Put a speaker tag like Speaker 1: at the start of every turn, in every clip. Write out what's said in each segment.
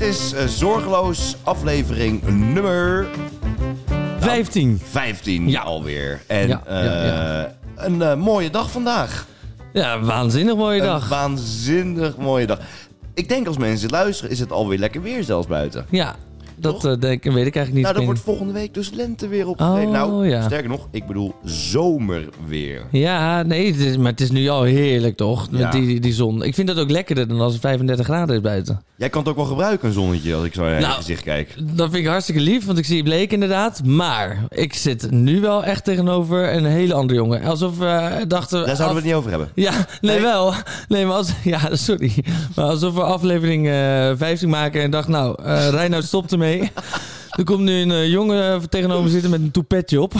Speaker 1: is Zorgeloos, aflevering nummer...
Speaker 2: 15.
Speaker 1: 15
Speaker 2: Ja.
Speaker 1: alweer. En een mooie dag vandaag.
Speaker 2: Ja, waanzinnig mooie
Speaker 1: Een
Speaker 2: dag.
Speaker 1: waanzinnig mooie dag. Ik denk als mensen luisteren, is het alweer lekker weer zelfs buiten.
Speaker 2: Ja, dat
Speaker 1: Toch?
Speaker 2: weet ik eigenlijk niet.
Speaker 1: Nou, dan wordt volgende week dus lente weer opgegeven.
Speaker 2: ja.
Speaker 1: Sterker nog, ik bedoel zomerweer.
Speaker 2: Ja, nee, maar het is nu al heerlijk toch? Met
Speaker 1: Ja.
Speaker 2: die zon. Ik vind dat ook lekkerder dan als het 35 graden is buiten.
Speaker 1: Jij kan het ook wel gebruiken, een zonnetje, als ik zo naar je
Speaker 2: Nou,
Speaker 1: gezicht kijk.
Speaker 2: Dat vind ik hartstikke lief, want ik zie je bleek inderdaad. Maar ik zit nu wel echt tegenover een hele andere jongen. Alsof we dachten...
Speaker 1: Daar zouden we het niet over hebben.
Speaker 2: Ja, nee,
Speaker 1: Nee?
Speaker 2: wel. Nee, maar ja, sorry. Maar alsof we aflevering 15 maken en dacht, nou, Reinoud stopt ermee. Er komt nu een jongen tegenover me zitten met een toepetje op.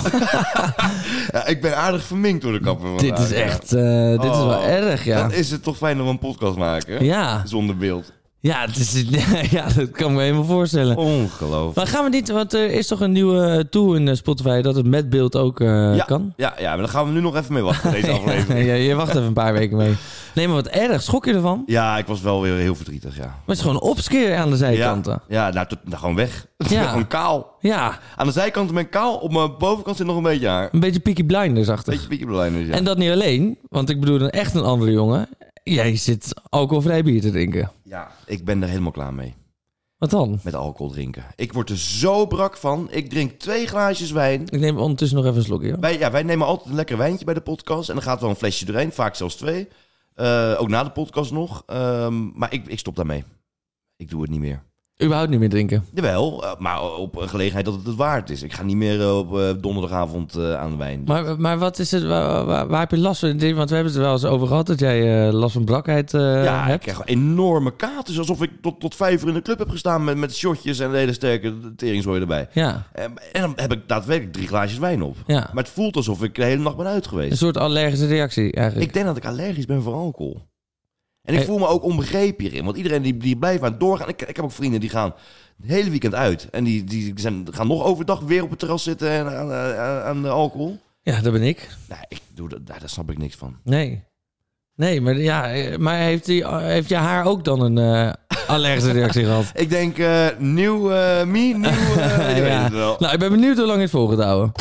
Speaker 1: Ja, ik ben aardig verminkt door de kapper vandaag.
Speaker 2: Dit is echt, dit is wel erg, ja.
Speaker 1: Dan is het toch fijn om een podcast maken,
Speaker 2: Ja,
Speaker 1: zonder beeld.
Speaker 2: ja, ja, dat kan ik me helemaal voorstellen.
Speaker 1: Ongelooflijk.
Speaker 2: Maar gaan we niet, want er is toch een nieuwe tool in Spotify dat het met beeld ook kan?
Speaker 1: Ja, maar daar gaan we nu nog even mee wachten, deze aflevering.
Speaker 2: Ja, je wacht even een paar weken mee. Nee, maar wat erg. Schrok je ervan?
Speaker 1: Ja, ik was wel weer heel verdrietig, ja.
Speaker 2: Maar het is gewoon opskeer aan de zijkanten.
Speaker 1: Ja, nou, gewoon weg.
Speaker 2: Ja.
Speaker 1: Gewoon kaal.
Speaker 2: Ja,
Speaker 1: Aan de zijkant ben ik kaal, op mijn bovenkant zit nog een beetje haar.
Speaker 2: een beetje Peaky Blinders-achtig.
Speaker 1: Beetje Peaky Blinders, ja.
Speaker 2: En dat niet alleen, want ik bedoel echt een andere jongen. Jij zit alcoholvrij bier te drinken.
Speaker 1: Ja, ik ben er helemaal klaar mee.
Speaker 2: Wat dan?
Speaker 1: Met alcohol drinken. Ik word er zo brak van. Ik drink 2 glaasjes wijn.
Speaker 2: Ik neem ondertussen nog even een slokje. Hoor.
Speaker 1: Wij nemen altijd een lekker wijntje bij de podcast. En dan gaat wel een flesje doorheen, vaak zelfs 2. Ook na de podcast nog. Maar ik stop daarmee. Ik doe het niet meer.
Speaker 2: Überhaupt niet meer drinken.
Speaker 1: Jawel, maar op een gelegenheid dat het het waard is. Ik ga niet meer op donderdagavond aan de wijn.
Speaker 2: Maar wat is het? Waar heb je last van? Want we hebben het er wel eens over gehad dat jij last van brakheid
Speaker 1: Ja, ik
Speaker 2: hebt.
Speaker 1: krijg gewoon enorme katers. Alsof ik tot 5 uur in de club heb gestaan met shotjes en een hele sterke teringzooi erbij.
Speaker 2: Ja,
Speaker 1: En dan heb ik daadwerkelijk 3 glaasjes wijn op.
Speaker 2: ja.
Speaker 1: Maar het voelt alsof ik de hele nacht ben uit
Speaker 2: Een
Speaker 1: geweest.
Speaker 2: soort allergische reactie eigenlijk.
Speaker 1: Ik denk dat ik allergisch ben voor alcohol. En ik voel me ook onbegrepen hierin. Want iedereen die blijft aan doorgaan. Ik heb ook vrienden die gaan het hele weekend uit. En die gaan nog overdag weer op het terras zitten en aan de alcohol.
Speaker 2: Ja, dat ben ik.
Speaker 1: Nou, daar snap ik niks van.
Speaker 2: Nee, maar maar heeft je haar ook dan een allergische reactie gehad?
Speaker 1: Ik denk, nieuw je weet
Speaker 2: Ja.
Speaker 1: het wel.
Speaker 2: Nou, ik ben benieuwd hoe lang je het vol gaat houden.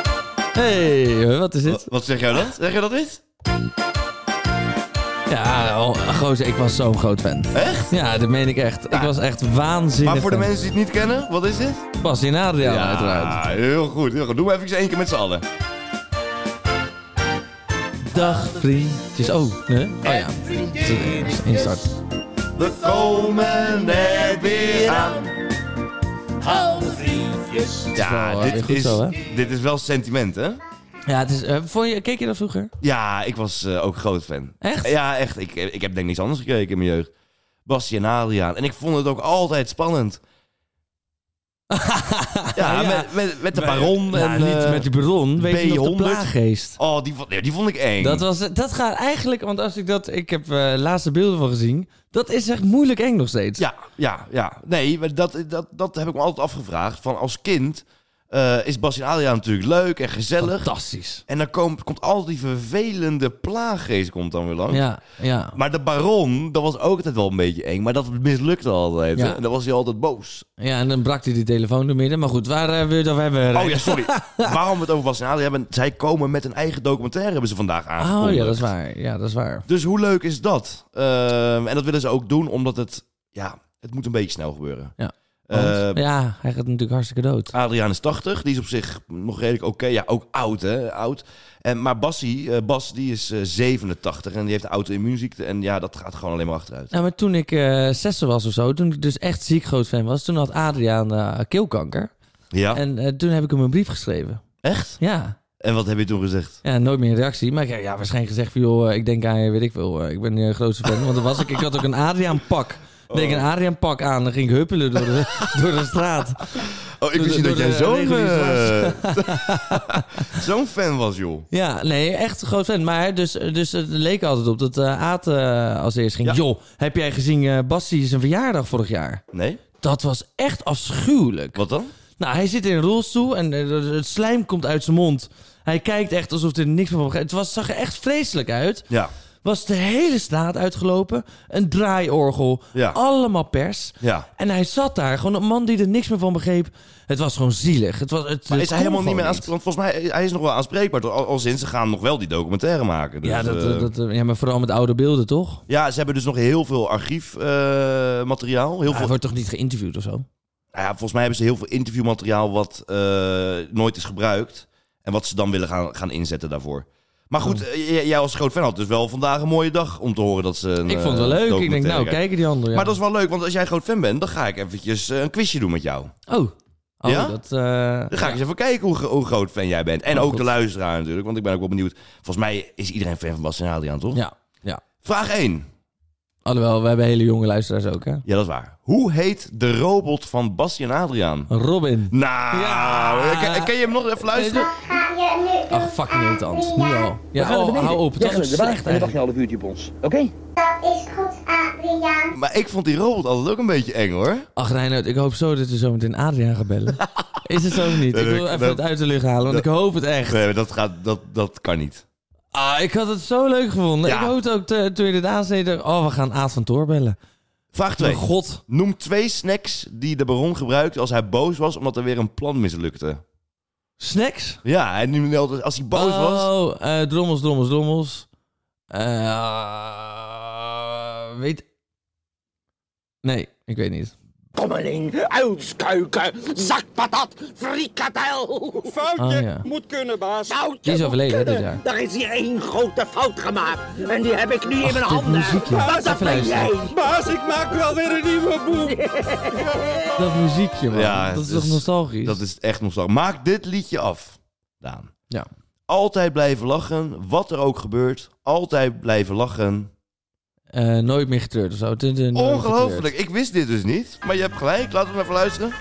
Speaker 2: Hey, wat is dit?
Speaker 1: Wat zeg jij dan? Zeg je dat is?
Speaker 2: Ja, gozer, ik was zo'n groot fan.
Speaker 1: Echt?
Speaker 2: Ja, dat meen ik echt. Ik was echt waanzinnig.
Speaker 1: Maar voor de
Speaker 2: fan.
Speaker 1: mensen die het niet kennen, wat is dit?
Speaker 2: Bas en Adriaan, uiteraard.
Speaker 1: heel goed. Doe maar even 1 keer met z'n allen.
Speaker 2: Dag, vriendjes. Oh, nee? Oh ja. Instart.
Speaker 1: We komen er weer aan.
Speaker 3: Oude vriendjes.
Speaker 1: Ja,
Speaker 2: wel, weer goed zo, hè?
Speaker 1: dit is wel sentiment, hè?
Speaker 2: Ja, het is... keek je dat vroeger?
Speaker 1: Ja, ik was ook groot fan.
Speaker 2: Echt?
Speaker 1: Ja, echt. Ik heb denk ik niks anders gekeken in mijn jeugd. Bassie en Adriaan. En ik vond het ook altijd spannend. Ja,
Speaker 2: Ja.
Speaker 1: met de baron.
Speaker 2: Ja,
Speaker 1: en,
Speaker 2: niet met die baron. Weet je nog de
Speaker 1: B100?
Speaker 2: plaaggeest?
Speaker 1: Oh, die vond ik eng.
Speaker 2: Dat gaat eigenlijk... Want als ik heb laatste beelden van gezien. Dat is echt moeilijk eng nog steeds.
Speaker 1: Ja. Nee, maar dat heb ik me altijd afgevraagd. Van als kind is Bassie en Adriaan natuurlijk leuk en gezellig.
Speaker 2: Fantastisch.
Speaker 1: En dan komt altijd die vervelende plaaggeest komt dan weer langs.
Speaker 2: Ja.
Speaker 1: Maar de baron, dat was ook altijd wel een beetje eng. Maar dat mislukte altijd.
Speaker 2: Ja.
Speaker 1: Hè? En dan was hij altijd boos.
Speaker 2: Ja, en dan brak hij die telefoon door midden. Maar goed, waar wil je dat hebben?
Speaker 1: Oh ja, sorry. Waarom we het over Bassie en Adriaan hebben... Zij komen met een eigen documentaire, hebben ze vandaag aangekondigd.
Speaker 2: Oh ja, dat is waar.
Speaker 1: Dus hoe leuk is dat? En dat willen ze ook doen, omdat het moet een beetje snel gebeuren.
Speaker 2: Ja. Ja, hij gaat natuurlijk hartstikke dood.
Speaker 1: Adriaan is 80, die is op zich nog redelijk oké. Ja, ook oud, hè? Oud. Maar Bas, die is 87 en die heeft auto-immuunziekte. En ja, dat gaat gewoon alleen maar achteruit.
Speaker 2: Nou, maar toen ik 6 was of zo, toen ik dus echt ziek groot fan was, toen had Adriaan keelkanker.
Speaker 1: Ja?
Speaker 2: En toen heb ik hem een brief geschreven.
Speaker 1: Echt?
Speaker 2: Ja.
Speaker 1: En wat heb je toen gezegd?
Speaker 2: Ja, nooit meer een reactie. Maar ik heb waarschijnlijk gezegd van, joh, ik denk aan je, weet ik veel. Ik ben je grootste fan. Want dat was ik. Ik had ook een Adriaan pak. Deed ik een Adriaan pak aan, dan ging ik huppelen door de straat.
Speaker 1: Oh, ik wist niet dat jij
Speaker 2: reguliere
Speaker 1: zo'n fan was, joh.
Speaker 2: Ja, nee, echt een groot fan. Maar dus het leek altijd op dat Aad als eerst ging.
Speaker 1: Ja.
Speaker 2: Joh, heb jij gezien Bassie zijn verjaardag vorig jaar?
Speaker 1: Nee?
Speaker 2: Dat was echt afschuwelijk.
Speaker 1: Wat dan?
Speaker 2: Nou, hij zit in een rolstoel en het slijm komt uit zijn mond. Hij kijkt echt alsof er niks van begrijpt. Het zag er echt vreselijk uit.
Speaker 1: Ja.
Speaker 2: was de hele straat uitgelopen. Een draaiorgel.
Speaker 1: Ja.
Speaker 2: Allemaal pers.
Speaker 1: Ja.
Speaker 2: En hij zat daar. Gewoon een man die er niks meer van begreep. Het was gewoon zielig.
Speaker 1: Maar is hij helemaal niet meer aanspreekbaar? Volgens mij hij is nog wel aanspreekbaar. Al sinds ze gaan nog wel die documentaire maken. Dus,
Speaker 2: ja, maar vooral met oude beelden, toch?
Speaker 1: Ja, ze hebben dus nog heel veel archiefmateriaal.
Speaker 2: Hij wordt toch niet geïnterviewd of zo?
Speaker 1: Nou ja, volgens mij hebben ze heel veel interviewmateriaal wat nooit is gebruikt. En wat ze dan willen gaan inzetten daarvoor. Maar goed, jij als groot fan had dus wel vandaag een mooie dag om te horen dat ze
Speaker 2: Ik vond het wel leuk. Ik denk, nou, kijken die anderen. Ja.
Speaker 1: Maar dat is wel leuk, want als jij groot fan bent, dan ga ik eventjes een quizje doen met jou.
Speaker 2: Oh,
Speaker 1: ja?
Speaker 2: Dan
Speaker 1: ga ik eens even kijken hoe groot fan jij bent. En ook
Speaker 2: goed.
Speaker 1: de luisteraar natuurlijk, want ik ben ook wel benieuwd. Volgens mij is iedereen fan van Bas en Adriaan, toch?
Speaker 2: Ja.
Speaker 1: Vraag 1.
Speaker 2: Alhoewel, we hebben hele jonge luisteraars ook, hè?
Speaker 1: Ja, dat is waar. Hoe heet de robot van Bassie en Adriaan?
Speaker 2: Robin.
Speaker 1: Nou, kan je hem nog even luisteren?
Speaker 2: Ach, fucking irritant. Nu al. Ja, hou op. Het was ook slecht
Speaker 4: En dan wacht je
Speaker 2: eigenlijk.
Speaker 4: een half uurtje op ons. Oké?
Speaker 5: Dat is goed, Adriaan.
Speaker 1: Maar ik vond die robot altijd ook een beetje eng, hoor.
Speaker 2: Ach, Reinoud, ik hoop zo dat we zo meteen Adriaan gaan bellen. Is het zo of niet? Ik wil even het uit de lucht halen, want ik hoop het echt.
Speaker 1: Nee, dat kan niet.
Speaker 2: Ik had het zo leuk gevonden.
Speaker 1: Ja.
Speaker 2: Ik hoopte ook toen je dit aansneden. We gaan Aad van Toor bellen.
Speaker 1: Vraag 2.
Speaker 2: Mijn god.
Speaker 1: Noem 2 snacks die de baron gebruikte als hij boos was omdat er weer een plan mislukte.
Speaker 2: Snacks?
Speaker 1: Ja, hij noemde altijd als hij boos was.
Speaker 2: Drommels. Weet... Nee, ik weet niet.
Speaker 6: Kommeling, uitskuiken, zakpatat, frikadel.
Speaker 2: Oh, ja.
Speaker 6: Moet kunnen, baas.
Speaker 2: Die is
Speaker 6: moet
Speaker 2: overleden, hè,
Speaker 6: kunnen.
Speaker 2: dit jaar.
Speaker 6: Er is hier één grote fout gemaakt. En die heb ik nu in mijn
Speaker 2: dit
Speaker 6: handen.
Speaker 2: muziekje.
Speaker 6: Maar
Speaker 2: Even
Speaker 6: dat ben
Speaker 2: luisteren.
Speaker 6: jij. Baas, ik maak wel weer een nieuwe boek.
Speaker 2: Dat muziekje, man.
Speaker 1: Ja,
Speaker 2: dat is
Speaker 1: dus-
Speaker 2: toch nostalgisch?
Speaker 1: Dat is echt nostalgisch. Maak dit liedje af, Daan.
Speaker 2: Ja.
Speaker 1: Altijd blijven lachen, wat er ook gebeurt. Altijd blijven lachen.
Speaker 2: Nooit meer getreurd of zo. Nooit
Speaker 1: Ongelooflijk.
Speaker 2: getreurd.
Speaker 1: Ik wist dit dus niet. Maar je hebt gelijk. Laten we hem even luisteren.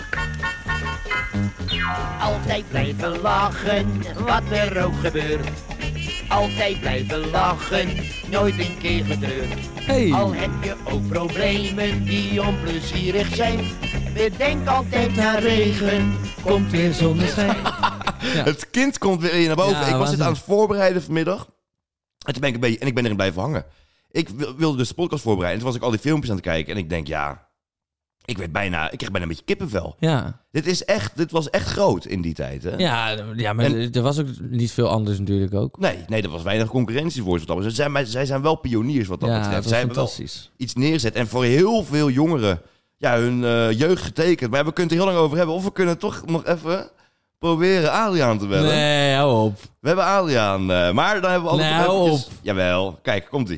Speaker 3: Altijd blijven lachen, wat er ook gebeurt. Altijd blijven lachen, nooit een keer getreurd.
Speaker 2: Hey.
Speaker 3: Al heb je ook problemen die onplezierig zijn. Bedenk altijd naar regen, komt weer zonneschijn.
Speaker 2: Ja.
Speaker 1: Het kind komt weer in je naar boven.
Speaker 2: Ja,
Speaker 1: Ik was dit
Speaker 2: waanzinnig.
Speaker 1: aan het voorbereiden vanmiddag. En toen ben ik een beetje... En ik ben erin blijven hangen. Ik wilde dus de podcast voorbereiden. En toen was ik al die filmpjes aan het kijken. En ik denk, ja... Ik kreeg bijna een beetje kippenvel.
Speaker 2: Ja.
Speaker 1: Dit was echt groot in die tijd, hè?
Speaker 2: Ja, maar er was ook niet veel anders natuurlijk ook.
Speaker 1: Nee, er was weinig concurrentie voor ze. Zij zijn wel pioniers wat dat
Speaker 2: Ja,
Speaker 1: betreft.
Speaker 2: dat was
Speaker 1: Zij hebben wel
Speaker 2: fantastisch.
Speaker 1: iets neerzet. En voor heel veel jongeren, hun jeugd getekend. Maar we kunnen het er heel lang over hebben. Of we kunnen toch nog even proberen Adriaan te bellen.
Speaker 2: Nee, hou op.
Speaker 1: We hebben Adriaan. Maar dan hebben we altijd
Speaker 2: Nee,
Speaker 1: nog
Speaker 2: hou
Speaker 1: eventjes...
Speaker 2: op.
Speaker 1: Jawel, kijk, komt-ie.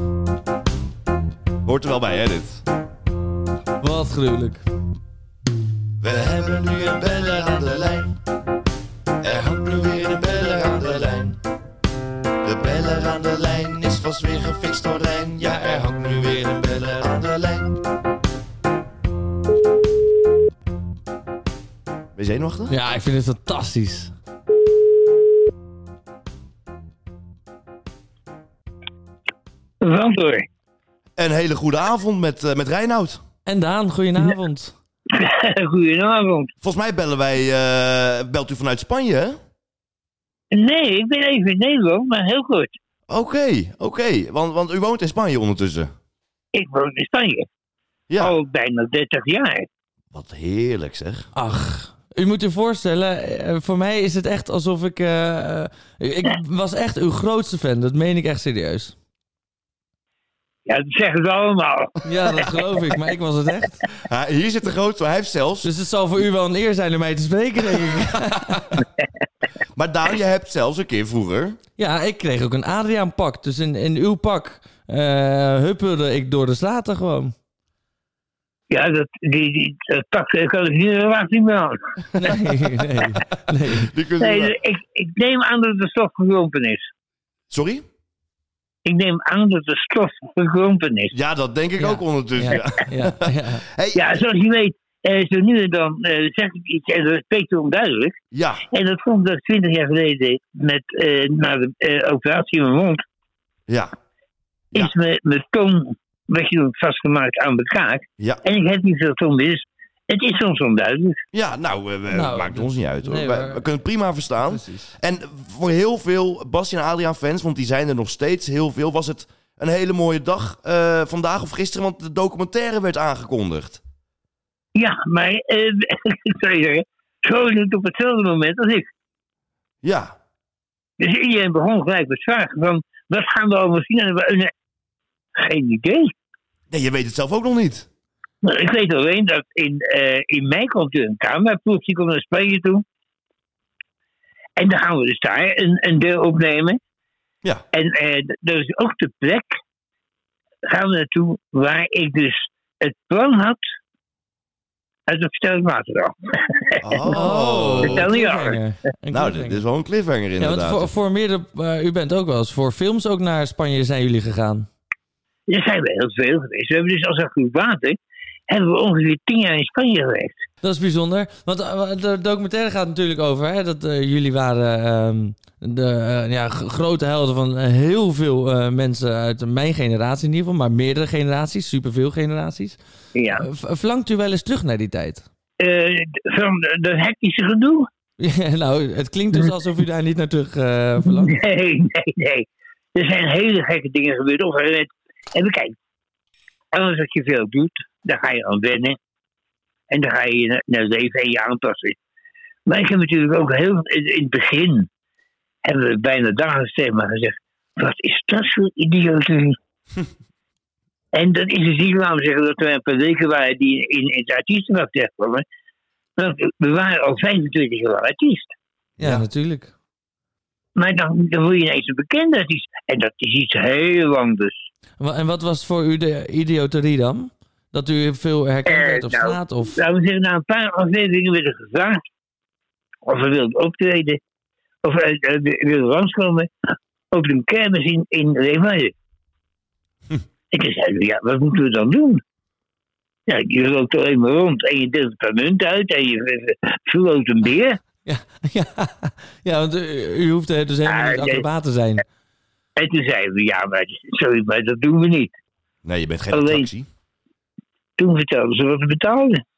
Speaker 1: Hoort er wel bij, hè, dit.
Speaker 2: Wat gruwelijk.
Speaker 1: We hebben nu een beller aan de lijn. Er hangt nu weer een beller aan de lijn. De beller aan de lijn is vast weer gefixt door Rijn. Ja, er hangt nu weer een beller aan de lijn. Ben je zenuwachtig?
Speaker 2: Ja, ik vind het fantastisch.
Speaker 7: Verantwoord.
Speaker 1: Een hele goede avond met Reinoud.
Speaker 2: En Daan, goedenavond.
Speaker 7: Goedenavond.
Speaker 1: Volgens mij belt u vanuit Spanje, hè?
Speaker 7: Nee, ik ben even in Nederland, maar heel goed.
Speaker 1: Oké. Want u woont in Spanje ondertussen.
Speaker 7: Ik woon in Spanje.
Speaker 1: Ja.
Speaker 7: Al bijna 30 jaar.
Speaker 1: Wat heerlijk, zeg.
Speaker 2: Ach, u moet u voorstellen, voor mij is het echt alsof ik... ik was echt uw grootste fan, dat meen ik echt serieus.
Speaker 7: Ja, dat zeggen ze allemaal.
Speaker 2: Ja, dat geloof ik, maar ik was het echt.
Speaker 1: Hier zit de grootste, hij heeft zelfs...
Speaker 2: Dus het zal voor u wel een eer zijn om mij te spreken, denk ik.
Speaker 1: Maar Daan, je hebt zelfs een keer vroeger...
Speaker 2: Ja, ik kreeg ook een Adriaan-pak. Dus in uw pak huppelde ik door de straten gewoon.
Speaker 7: Ja, dat pak kan ik niet wacht niet meer aan.
Speaker 2: Nee.
Speaker 1: Die kunt u-
Speaker 7: Nee, ik neem aan dat de stof gekrompen is.
Speaker 1: Sorry?
Speaker 7: Ik neem aan dat de stof gekrompen is.
Speaker 1: Ja, dat denk ik ook ondertussen. Ja.
Speaker 2: Ja.
Speaker 1: Hey,
Speaker 7: Ja, zoals je weet, zo nu en dan zeg ik iets en dat spreekt onduidelijk.
Speaker 1: ja.
Speaker 7: En dat komt dat 20 jaar geleden met na de operatie in mijn mond
Speaker 1: Ja.
Speaker 7: is mijn tong weggedoen vastgemaakt aan mijn kaak.
Speaker 1: Ja.
Speaker 7: En ik heb niet veel tong meer. Dus Het is soms onduidelijk.
Speaker 1: Ja, maakt ons niet uit hoor.
Speaker 2: nee,
Speaker 1: We
Speaker 2: maar-
Speaker 1: kunnen het prima verstaan.
Speaker 2: Precies.
Speaker 1: En voor heel veel Bassie en Adriaan fans, want die zijn er nog steeds heel veel, was het een hele mooie dag vandaag of gisteren, want de documentaire werd aangekondigd.
Speaker 7: Ja, maar ik zou je zeggen, zo is het op hetzelfde moment als ik.
Speaker 1: Ja,
Speaker 7: Dus iedereen begon gelijk met vragen van, wat gaan we allemaal zien? En geen idee.
Speaker 1: nee, je weet het zelf ook nog niet.
Speaker 7: Maar ik weet alleen dat in mei komt er een cameraploeg, die komt naar Spanje toe. En dan gaan we dus daar een deel opnemen.
Speaker 1: Ja.
Speaker 7: En dat is ook de plek, gaan we naartoe, waar ik dus het plan had uit het Vertel ik later al.
Speaker 1: Oh.
Speaker 7: Vertel niet
Speaker 2: cliffhanger. Een
Speaker 1: Nou,
Speaker 2: cliffhanger.
Speaker 1: dit is wel een cliffhanger
Speaker 2: Ja,
Speaker 1: inderdaad.
Speaker 2: want voor meerdere... u bent ook wel eens voor films ook naar Spanje zijn jullie gegaan.
Speaker 7: Daar zijn we heel veel geweest. We hebben dus als acclimaten hebben we ongeveer 10 jaar in Spanje geweest.
Speaker 2: Dat is bijzonder. Want de documentaire gaat natuurlijk over hè, dat jullie waren grote helden van heel veel mensen uit mijn generatie in ieder geval. Maar meerdere generaties, superveel generaties.
Speaker 7: Ja.
Speaker 2: Verlangt u wel eens terug naar die tijd?
Speaker 7: Van dat hectische gedoe?
Speaker 2: Ja, nou, het klinkt dus alsof u daar niet naar terug verlangt.
Speaker 7: Nee. Er zijn hele gekke dingen gebeurd. En kijk, alles wat je veel doet, daar ga je aan wennen. En dan ga je naar het leven en je aanpassen. Maar ik heb natuurlijk ook in het begin, hebben we bijna dagelijks tegen me gezegd, wat is dat voor idioterie? En dan is het niet laten zeggen dat we een paar weken waren die in het artiestenvak terugkwamen. Want we waren al 25 jaar artiest.
Speaker 2: Ja, natuurlijk.
Speaker 7: Maar dan word je ineens een bekende artiest. En dat is iets heel anders.
Speaker 2: En wat was voor u de idioterie dan? Dat u veel herkend werd op straat? Of...
Speaker 7: Laten we zeggen, na een paar afleveringen werden gevraagd of we wilden optreden. Of we wilden langskomen op een kermis in Leeuwarden. En toen zeiden we, ja, wat moeten we dan doen? Ja, je loopt alleen maar rond en je deelt een paar munten uit en je verloopt een beer.
Speaker 2: Ja, want u hoeft dus helemaal niet acrobaat te zijn.
Speaker 7: En toen zeiden we, ja, maar dat doen we niet.
Speaker 1: Nee, je bent geen
Speaker 7: Alleen-
Speaker 1: attractie.
Speaker 7: Toen vertelden ze wat we betaalden.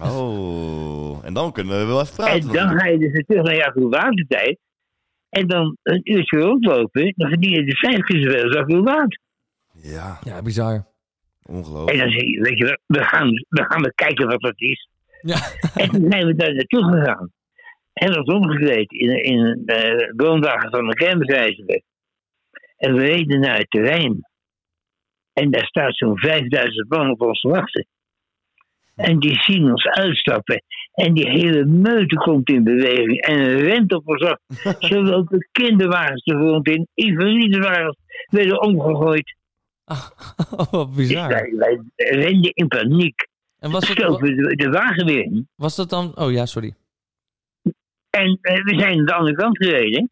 Speaker 1: Oh, en dan kunnen we wel even praten.
Speaker 7: En dan ga je dus weer terug naar je acclimatetijd. En dan een uurtje rondlopen, dan verdien je de 5 keer zoveel als acclimaat.
Speaker 1: Ja,
Speaker 2: Ja, bizar.
Speaker 1: ongelooflijk.
Speaker 7: En dan zeg je, weet je, we gaan maar kijken wat dat is.
Speaker 2: Ja.
Speaker 7: En toen zijn we daar naartoe gegaan. En dat omgekleed in een woonwagen van een kermisreiziger. En we reden naar het terrein. En daar staat zo'n 5000 man op ons te wachten. En die zien ons uitstappen. En die hele meute komt in beweging. En rent op ons af. Zo lopen kinderwagens de grond in. Invalidewagens werden omgegooid.
Speaker 2: Wat bizar.
Speaker 7: Wij renden in paniek.
Speaker 2: En was
Speaker 7: Stoven de wagen weer in.
Speaker 2: was dat dan... Oh ja, sorry.
Speaker 7: En we zijn aan de andere kant gereden.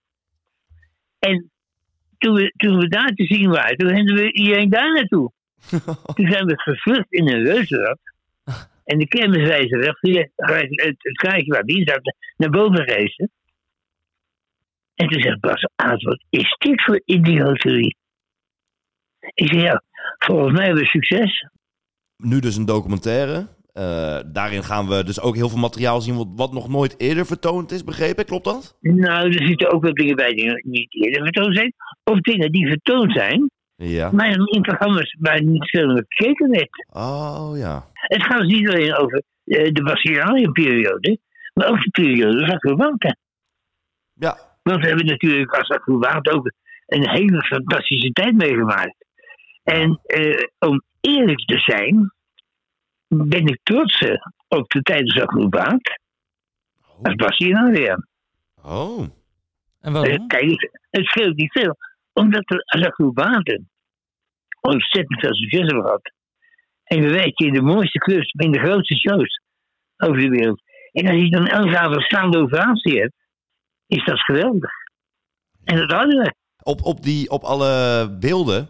Speaker 7: En toen we daar te zien waren, toen renden we iedereen daar naartoe. Toen zijn we gevlucht in een reuzenrad. En de kermisreiziger het kaartje waar die zat naar boven reizen. En toen zegt Bas, wat is dit voor idioterie? Ik zeg, ja, volgens mij hebben we succes.
Speaker 1: Nu dus een documentaire. Daarin gaan we dus ook heel veel materiaal zien wat nog nooit eerder vertoond is, begrepen? Klopt dat?
Speaker 7: Nou, er zitten ook wel dingen bij die niet eerder vertoond zijn. Of dingen die vertoond zijn,
Speaker 1: Ja.
Speaker 7: maar in programma's waar niet veel naar gekeken werd.
Speaker 1: Oh, ja.
Speaker 7: Het gaat dus niet alleen over de Bastillarium-periode, maar ook de periode van acrobaten.
Speaker 1: Ja.
Speaker 7: Want we hebben natuurlijk als acrobaat ook een hele fantastische tijd meegemaakt. En om eerlijk te zijn, ben ik trots op de tijd als acrobaat als Bastillarium.
Speaker 1: Oh.
Speaker 2: En waarom?
Speaker 7: Kijk, het scheelt niet veel. Omdat we als acrobaten ontzettend veel succes hebben gehad. En we werken in de mooiste clubs, in de grootste shows over de wereld. En als je dan elke avond staande operatie hebt, is dat geweldig. En dat hadden we.
Speaker 1: Op alle beelden,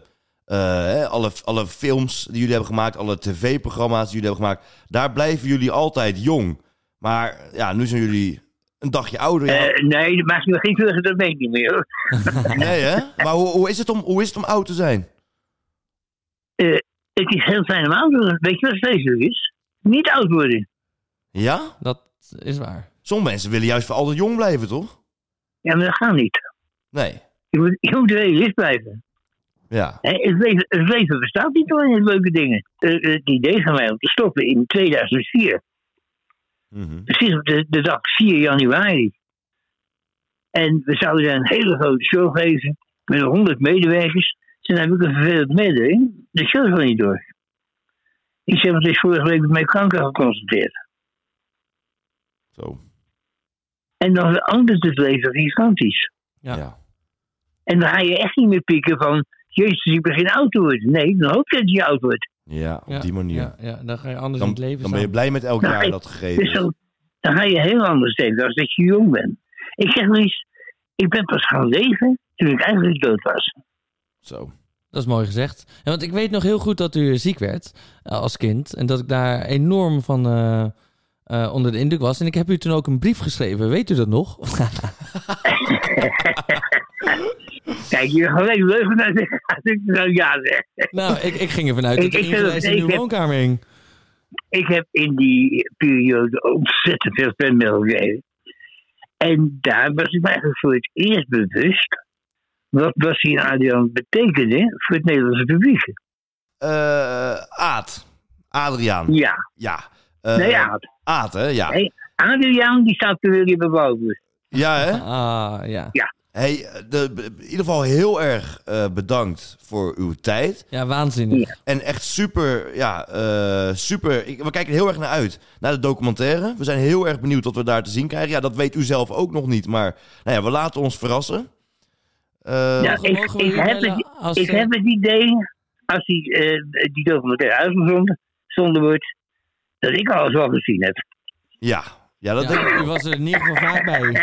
Speaker 1: alle films die jullie hebben gemaakt, alle tv-programma's die jullie hebben gemaakt, daar blijven jullie altijd jong. Maar ja, nu zijn jullie een dagje ouder. Ja.
Speaker 7: Nee, dat maak je me geen zorgen, dat weet ik niet meer. Hoor.
Speaker 1: Nee, hè? Maar hoe is het om oud te zijn?
Speaker 7: Het is heel fijn om oud te worden. Weet je wat vreselijk is? Niet oud worden.
Speaker 1: Ja?
Speaker 2: Dat is waar.
Speaker 1: Sommige mensen willen juist voor altijd jong blijven, toch?
Speaker 7: Ja, maar dat gaat niet.
Speaker 1: Nee.
Speaker 7: Je moet realist blijven.
Speaker 1: Ja.
Speaker 7: Hè, het leven bestaat niet alleen uit leuke dingen. Het idee van mij om te stoppen in 2004.
Speaker 1: Mhm.
Speaker 7: Precies op de dag 4 januari. En we zouden daar een hele grote show geven. Met 100 medewerkers. Toen heb ik een vervelend mededeling. De show is wel niet door. Ik zeg, het is vorige week met mijn kanker geconstateerd.
Speaker 1: Zo.
Speaker 7: En dan verandert het leven gigantisch.
Speaker 1: Ja.
Speaker 7: En dan ga je echt niet meer pieken van... Jezus, ik begin oud te worden. Nee, dan hoop je dat je oud wordt.
Speaker 1: Ja, op die manier.
Speaker 2: Ja, dan ga je anders in het leven
Speaker 1: Dan ben je
Speaker 2: staan.
Speaker 1: blij met elk
Speaker 7: Nou,
Speaker 1: jaar dat gegeven
Speaker 7: Dus
Speaker 1: is.
Speaker 7: dan ga je heel anders denken als dat je jong bent. Ik zeg wel eens... Ik ben pas gaan leven toen ik eigenlijk dood was.
Speaker 1: Zo.
Speaker 2: Dat is mooi gezegd. Ja, want ik weet nog heel goed dat u ziek werd als kind. En dat ik daar enorm van onder de indruk was. En ik heb u toen ook een brief geschreven. Weet u dat nog?
Speaker 7: Kijk, je gelijk leugen naar zeggen als ik nou ja zeg.
Speaker 2: Nou, ik ging ervan uit dat u
Speaker 7: Ik
Speaker 2: ingelijst in uw woonkamer hing.
Speaker 7: Ik heb in die periode ontzettend veel penmail gegeven. En daar was ik me eigenlijk voor het eerst bewust... wat Bassie en Adriaan betekende voor het Nederlandse publiek.
Speaker 1: Adriaan.
Speaker 7: Ja.
Speaker 1: Ja.
Speaker 7: Nee, Aad.
Speaker 1: Aad, hè? Ja.
Speaker 7: Hey, Adriaan, die staat er weer boven.
Speaker 1: Ja, hè?
Speaker 2: Ah, ja.
Speaker 1: Hey, in ieder geval heel erg bedankt voor uw tijd.
Speaker 2: Ja, waanzinnig.
Speaker 7: Ja.
Speaker 1: En echt super, super. We kijken er heel erg naar uit, naar de documentaire. We zijn heel erg benieuwd wat we daar te zien krijgen. Ja, dat weet u zelf ook nog niet, maar nou ja, we laten ons verrassen.
Speaker 7: Ja,
Speaker 2: mogen we u bellen als,
Speaker 7: ik heb het idee, als die documentaire uitgezonden wordt, dat ik alles wel gezien heb.
Speaker 1: Ja, dat denk ik.
Speaker 2: Ja, u was er in ieder geval vaak bij.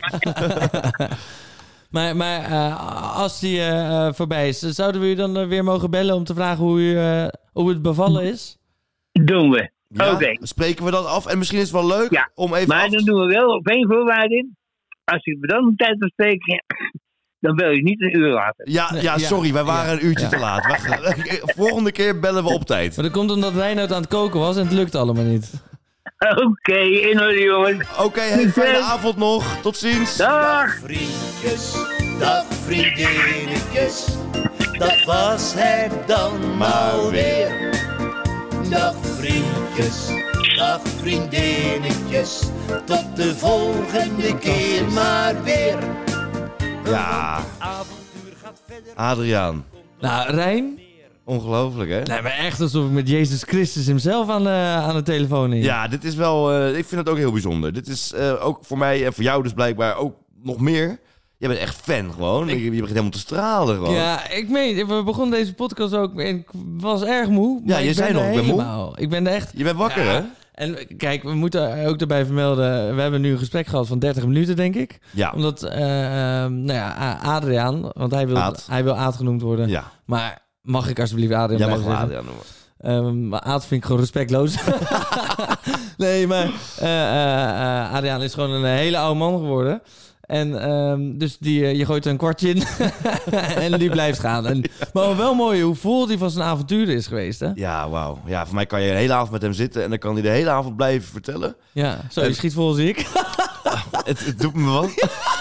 Speaker 2: Maar als die voorbij is, zouden we u dan weer mogen bellen om te vragen hoe het bevallen is?
Speaker 7: Doen we.
Speaker 1: Ja,
Speaker 7: Oké.
Speaker 1: Spreken we dat af? En misschien is het wel leuk om even
Speaker 7: maar dan doen we wel op één voorwaarde. Als je me dan een tijd wil spreken, dan bel je niet een uur later.
Speaker 1: Ja, sorry, wij waren een uurtje te laat. Volgende keer bellen we op tijd.
Speaker 2: Maar dat komt omdat Reinoud aan het koken was en het lukt allemaal niet.
Speaker 7: Oké, in orde jongens.
Speaker 1: Oké, fijne avond nog. Tot ziens.
Speaker 7: Dag.
Speaker 4: Vriendjes, dag vriendinnetjes, dat was het dan maar weer. Dag vriendjes, dag vriendinnetjes, tot de volgende keer maar weer.
Speaker 1: Ja, Adriaan.
Speaker 2: Nou, Rijn.
Speaker 1: Ongelooflijk, hè?
Speaker 2: Nee, maar echt alsof ik met Jezus Christus hemzelf aan de telefoon hing.
Speaker 1: Ja, dit is wel... ik vind het ook heel bijzonder. Dit is ook voor mij en voor jou dus blijkbaar ook nog meer. Jij bent echt fan gewoon. Je begint helemaal te stralen gewoon.
Speaker 2: Ja, ik meen, we begonnen deze podcast ook en ik was erg moe.
Speaker 1: Ja, je zei nog, ik ben moe.
Speaker 2: Ik ben er echt...
Speaker 1: Je bent wakker, hè?
Speaker 2: En kijk, we moeten ook erbij vermelden, we hebben nu een gesprek gehad van 30 minuten, denk ik.
Speaker 1: Ja.
Speaker 2: Omdat, Adriaan, want hij wil Aad genoemd worden.
Speaker 1: Ja.
Speaker 2: Maar mag ik alsjeblieft Adriaan
Speaker 1: Jij mag
Speaker 2: blijven
Speaker 1: wel
Speaker 2: zeggen?
Speaker 1: Adriaan noemen.
Speaker 2: Maar Aad vind ik gewoon respectloos. Nee, maar Adriaan is gewoon een hele oude man geworden. En dus je gooit er een kwartje in en die blijft gaan. Maar wel mooi hoe vol die van zijn avonturen is geweest, hè?
Speaker 1: Ja, wauw. Ja, voor mij kan je een hele avond met hem zitten en dan kan hij de hele avond blijven vertellen.
Speaker 2: Ja, zo, je schiet vol als ik.
Speaker 1: Het doet me wat.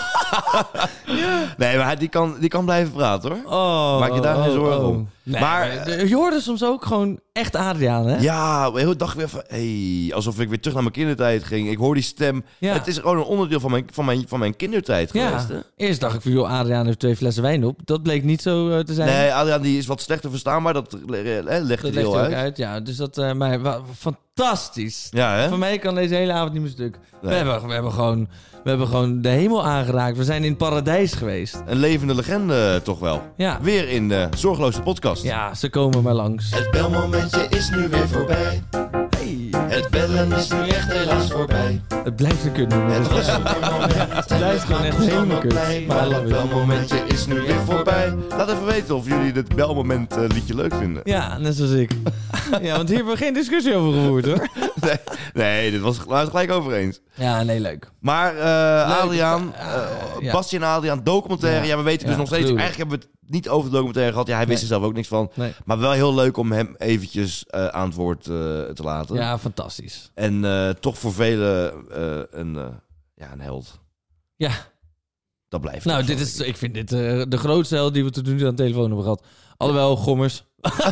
Speaker 1: Nee, maar die kan blijven praten, hoor. Maak je daar geen zorgen om.
Speaker 2: Nee,
Speaker 1: maar
Speaker 2: je hoorde soms ook gewoon echt Adriaan, hè?
Speaker 1: ja, de hele dag weer van... alsof ik weer terug naar mijn kindertijd ging. Ik hoor die stem.
Speaker 2: Ja.
Speaker 1: Het is gewoon een onderdeel van mijn kindertijd geweest, hè?
Speaker 2: Eerst dacht ik van, joh, Adriaan heeft 2 flessen wijn op. Dat bleek niet zo te zijn.
Speaker 1: Nee, Adriaan die is wat slechter verstaanbaar. Dat legt hij
Speaker 2: dat legt
Speaker 1: heel
Speaker 2: hij ook
Speaker 1: uit.
Speaker 2: uit. Ja, dus dat, fantastisch.
Speaker 1: Ja, hè?
Speaker 2: Voor mij kan deze hele avond niet meer stuk.
Speaker 1: Nee.
Speaker 2: We hebben gewoon de hemel aangeraakt. We zijn in het paradijs geweest.
Speaker 1: Een levende legende toch wel.
Speaker 2: Ja.
Speaker 1: Weer in de Zorgeloze podcast.
Speaker 2: Ja, ze komen maar langs.
Speaker 4: Het belmomentje is nu weer voorbij. Het bellen is nu echt helaas voorbij.
Speaker 2: Het blijft een kutnummer.
Speaker 4: Het was een mooi moment.
Speaker 2: Het blijft gewoon echt helemaal kut.
Speaker 1: Maar het belmomentje is nu weer voorbij. Laat even weten of jullie dit belmoment liedje leuk vinden.
Speaker 2: Ja, net zoals ik. Ja, want hier hebben we geen discussie over gevoerd, hoor.
Speaker 1: Nee, dit was het gelijk over eens.
Speaker 2: Ja, nee, leuk.
Speaker 1: Maar Adriaan,
Speaker 2: ja.
Speaker 1: Bassie en Adriaan, documentaire. Ja, we weten dus nog steeds.
Speaker 2: tuurlijk.
Speaker 1: Eigenlijk hebben we niet over de documentaire gehad. Ja, hij wist er zelf ook niks van.
Speaker 2: Nee.
Speaker 1: Maar wel heel leuk om hem eventjes aan het woord te laten.
Speaker 2: Ja, fantastisch.
Speaker 1: En toch voor velen een held.
Speaker 2: Ja.
Speaker 1: Dat blijft.
Speaker 2: Nou,
Speaker 1: toch zo,
Speaker 2: ik vind dit de grootste held die we tot nu toe aan de telefoon hebben gehad. Alhoewel, Gommers.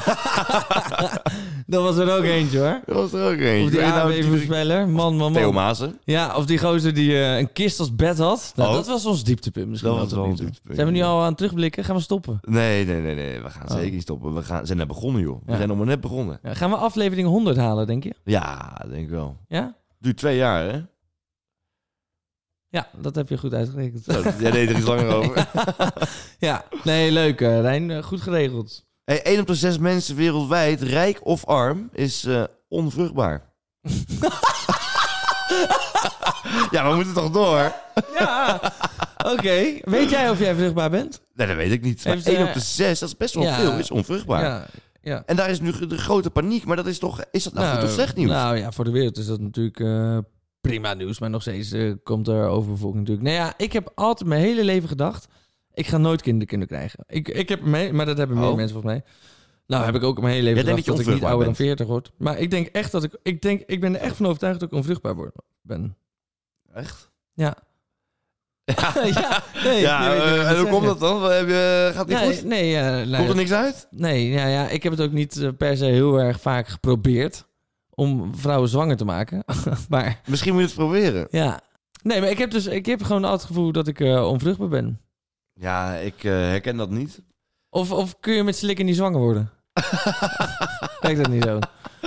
Speaker 2: Dat was er ook eentje, hoor.
Speaker 1: Dat was er ook een.
Speaker 2: Of die aardbevingsvoorspeller. Man.
Speaker 1: Theo Maassen.
Speaker 2: Ja, of die gozer die een kist als bed had. Nou,
Speaker 1: Oh.
Speaker 2: dat was ons dieptepunt misschien.
Speaker 1: Dat was wel
Speaker 2: tot
Speaker 1: een
Speaker 2: nu toe.
Speaker 1: dieptepunt.
Speaker 2: Zijn we nu al aan het terugblikken? Gaan we stoppen?
Speaker 1: Nee. We gaan zeker niet stoppen. We zijn net begonnen, joh. We
Speaker 2: Ja.
Speaker 1: zijn nog maar net begonnen.
Speaker 2: Ja, gaan we aflevering 100 halen, denk je?
Speaker 1: Ja, denk ik wel.
Speaker 2: Ja?
Speaker 1: Duurt 2 jaar, hè?
Speaker 2: Ja, dat heb je goed uitgerekend.
Speaker 1: Zo, jij deed er iets langer over.
Speaker 2: Ja, nee, leuk Rijn. Goed geregeld.
Speaker 1: Hey, 1 op de 6 mensen wereldwijd, rijk of arm, is onvruchtbaar. Ja, we moeten toch door?
Speaker 2: Ja, oké. Weet jij of jij vruchtbaar bent?
Speaker 1: Nee, dat weet ik niet. Maar
Speaker 2: Heeft,
Speaker 1: 1 op de 6, dat is best wel
Speaker 2: ja.
Speaker 1: veel, is onvruchtbaar.
Speaker 2: Ja.
Speaker 1: En daar is nu de grote paniek. Maar dat is toch, is dat nou goed of slecht nieuws?
Speaker 2: Nou ja, voor de wereld is dat natuurlijk prima nieuws. Maar nog steeds komt er overbevolking natuurlijk. Nou ja, ik heb altijd mijn hele leven gedacht... ik ga nooit kinderen kunnen krijgen. Ik heb mee, maar dat hebben meer mensen volgens mij. Nou, heb ik ook mijn hele leven
Speaker 1: Jij
Speaker 2: gedacht
Speaker 1: denkt
Speaker 2: dat ik niet ouder dan 40 word. Maar ik denk echt dat ik ben er echt van overtuigd dat ik onvruchtbaar ben.
Speaker 1: Echt?
Speaker 2: Ja. Ja, nee.
Speaker 1: Ja,
Speaker 2: je weet niet wat ik
Speaker 1: en hoe
Speaker 2: moet
Speaker 1: komt
Speaker 2: zeggen.
Speaker 1: dat dan? Gaat het niet goed?
Speaker 2: Nee,
Speaker 1: Komt er niks uit?
Speaker 2: Nee, ja, ik heb het ook niet per se heel erg vaak geprobeerd om vrouwen zwanger te maken. Maar
Speaker 1: Misschien moet je het proberen.
Speaker 2: ja. Nee, maar ik heb gewoon altijd het gevoel dat ik onvruchtbaar ben.
Speaker 1: Ja, ik herken dat niet.
Speaker 2: Of kun je met slikken niet zwanger worden? Kijk dat niet zo.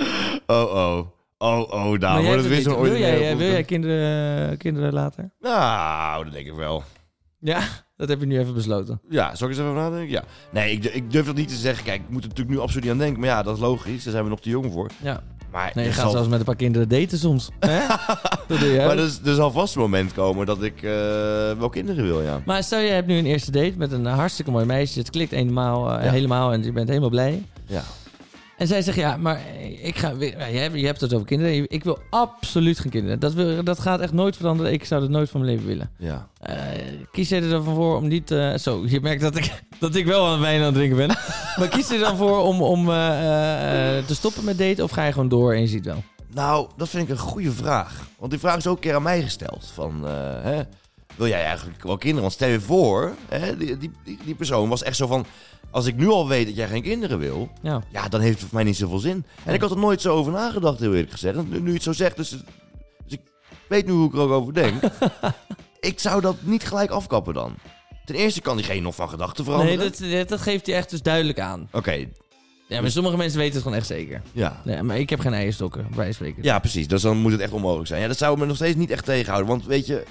Speaker 1: Nou,
Speaker 2: Maar jij
Speaker 1: wordt het weer
Speaker 2: hebt
Speaker 1: zo'n
Speaker 2: niet.
Speaker 1: ordinaire
Speaker 2: Wil jij kinderen later?
Speaker 1: Nou, dat denk ik wel.
Speaker 2: Ja, dat heb je nu even besloten.
Speaker 1: Ja, zal ik eens even nadenken? Ja. Nee, ik durf dat niet te zeggen. Kijk, ik moet er natuurlijk nu absoluut niet aan denken. Maar ja, dat is logisch. Daar zijn we nog te jong voor.
Speaker 2: Ja.
Speaker 1: Maar
Speaker 2: Nee, je
Speaker 1: er
Speaker 2: gaat
Speaker 1: zal-
Speaker 2: zelfs met een paar kinderen daten soms. Hè? Dat doe je ook.
Speaker 1: Maar er zal vast een moment komen dat ik wel kinderen wil, ja.
Speaker 2: Maar stel je hebt nu een eerste date met een hartstikke mooi meisje. Het klikt helemaal en je bent helemaal blij.
Speaker 1: Ja.
Speaker 2: En zij zegt, ja, maar ik ga weer... Je hebt het over kinderen. Ik wil absoluut geen kinderen. Dat gaat echt nooit veranderen. Ik zou dat nooit van mijn leven willen.
Speaker 1: Ja.
Speaker 2: Kies je er dan voor om niet... Zo, je merkt dat ik wel aan wijn aan het drinken ben. Maar kies je er dan voor om te stoppen met daten? Of ga je gewoon door en je ziet wel?
Speaker 1: Nou, dat vind ik een goede vraag. Want die vraag is ook een keer aan mij gesteld. Van, wil jij eigenlijk wel kinderen? Want stel je voor, die persoon was echt zo van... Als ik nu al weet dat jij geen kinderen wil...
Speaker 2: Ja,
Speaker 1: dan heeft het voor mij niet zoveel zin. En ik had er nooit zo over nagedacht, heel eerlijk gezegd. En nu je het zo zegt, dus ik weet nu hoe ik er ook over denk. Ik zou dat niet gelijk afkappen dan. Ten eerste kan diegene nog van gedachten veranderen.
Speaker 2: Nee, dat geeft hij echt dus duidelijk aan.
Speaker 1: Oké,
Speaker 2: Ja, maar sommige mensen weten het gewoon echt zeker.
Speaker 1: ja.
Speaker 2: Nee, maar ik heb geen eierstokken, bij spreken.
Speaker 1: Ja, precies. Dus dan moet het echt onmogelijk zijn. Ja, dat zou me nog steeds niet echt tegenhouden. Want weet je,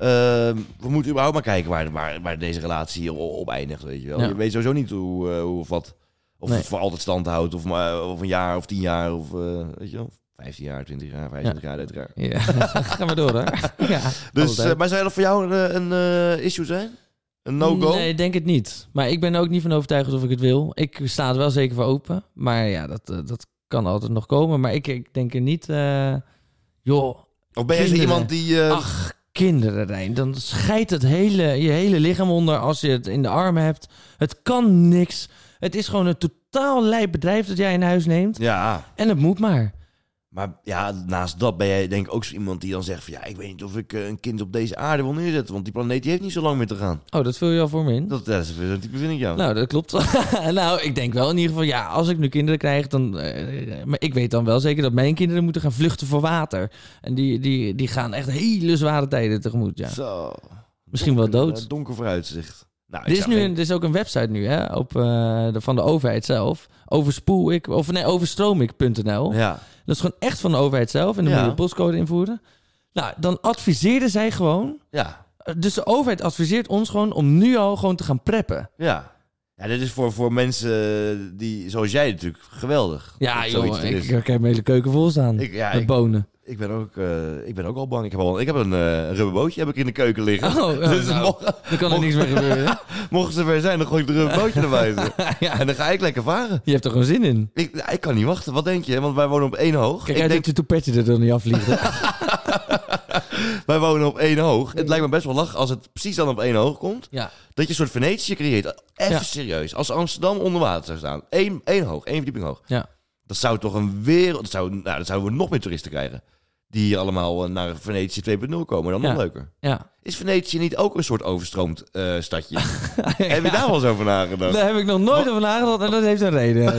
Speaker 1: we moeten überhaupt maar kijken waar deze relatie op eindigt, weet je wel.
Speaker 2: Ja.
Speaker 1: Je weet sowieso niet hoe of wat. Of
Speaker 2: Nee.
Speaker 1: het voor altijd stand houdt. Of een jaar of 10 jaar. Of weet je wel. 15 jaar, 20 jaar, 25 jaar, 30 jaar.
Speaker 2: Ja, ga maar door, hè. Ja,
Speaker 1: Dus,
Speaker 2: altijd.
Speaker 1: maar zou dat voor jou een issue zijn? Een no-go?
Speaker 2: Nee, ik denk het niet. Maar ik ben er ook niet van overtuigd of ik het wil. Ik sta er wel zeker voor open. Maar ja, dat kan altijd nog komen. Maar ik denk er niet... joh,
Speaker 1: Of ben jij zo
Speaker 2: kinderen.
Speaker 1: iemand die...
Speaker 2: ach, kinderen, Rijn. Dan scheidt je hele lichaam onder als je het in de armen hebt. Het kan niks. Het is gewoon een totaal lijp bedrijf dat jij in huis neemt.
Speaker 1: Ja,
Speaker 2: En het moet maar.
Speaker 1: maar ja, naast dat ben jij denk ik ook zo iemand die dan zegt van... Ja, ik weet niet of ik een kind op deze aarde wil neerzetten. Want die planeet die heeft niet zo lang meer te gaan.
Speaker 2: Oh, dat vul je al voor me in?
Speaker 1: Dat is zo'n type vind ik jou.
Speaker 2: Nou, dat klopt. Nou, ik denk wel in ieder geval, ja, als ik nu kinderen krijg, dan... maar ik weet dan wel zeker dat mijn kinderen moeten gaan vluchten voor water. En die gaan echt hele zware tijden tegemoet, ja.
Speaker 1: Zo.
Speaker 2: Misschien wel dood.
Speaker 1: Donker vooruitzicht. Nou,
Speaker 2: Er is ook een website nu, hè, van de overheid zelf. Overstroomik.nl.
Speaker 1: Ja.
Speaker 2: Dat is gewoon echt van de overheid zelf. En dan
Speaker 1: Ja.
Speaker 2: moet je de postcode invoeren. Nou, dan adviseerden zij gewoon...
Speaker 1: Ja.
Speaker 2: Dus de overheid adviseert ons gewoon om nu al gewoon te gaan preppen.
Speaker 1: Ja. Ja, dit is voor mensen die, zoals jij natuurlijk, geweldig.
Speaker 2: Ja,
Speaker 1: dat zoiets
Speaker 2: joh,
Speaker 1: er is.
Speaker 2: ik heb mijn hele keuken vol staan. Met bonen.
Speaker 1: Ik ben ook al bang. Ik heb een rubberbootje heb ik in de keuken liggen.
Speaker 2: Oh,
Speaker 1: Dus
Speaker 2: nou, dan kan er niks meer gebeuren. Hè?
Speaker 1: mochten ze weer zijn, dan gooi ik het rubberbootje naar buiten.
Speaker 2: Ja.
Speaker 1: En dan ga ik lekker varen.
Speaker 2: Je hebt er gewoon zin in.
Speaker 1: Ik kan niet wachten. Wat denk je? Want wij wonen op 1 hoog.
Speaker 2: Kijk
Speaker 1: ik
Speaker 2: uit
Speaker 1: denk,
Speaker 2: dat je toepetje er dan niet afvliegt. Hè?
Speaker 1: Wij wonen op 1 hoog. Het lijkt me best wel lachen als het precies dan op 1 hoog komt.
Speaker 2: Ja.
Speaker 1: Dat je een soort Venetië creëert. Even
Speaker 2: Ja.
Speaker 1: serieus. Als Amsterdam onder water zou staan. 1 hoog, 1 verdieping hoog.
Speaker 2: Ja.
Speaker 1: Dat zou toch een wereld... Dan zouden we nog meer toeristen krijgen. Die hier allemaal naar Venetië 2.0 komen. Dan nog leuker.
Speaker 2: Ja.
Speaker 1: Is Venetië niet ook een soort overstroomd stadje? Heb je daar wel eens over nagedacht?
Speaker 2: Daar heb ik nog nooit over nagedacht en dat heeft een reden.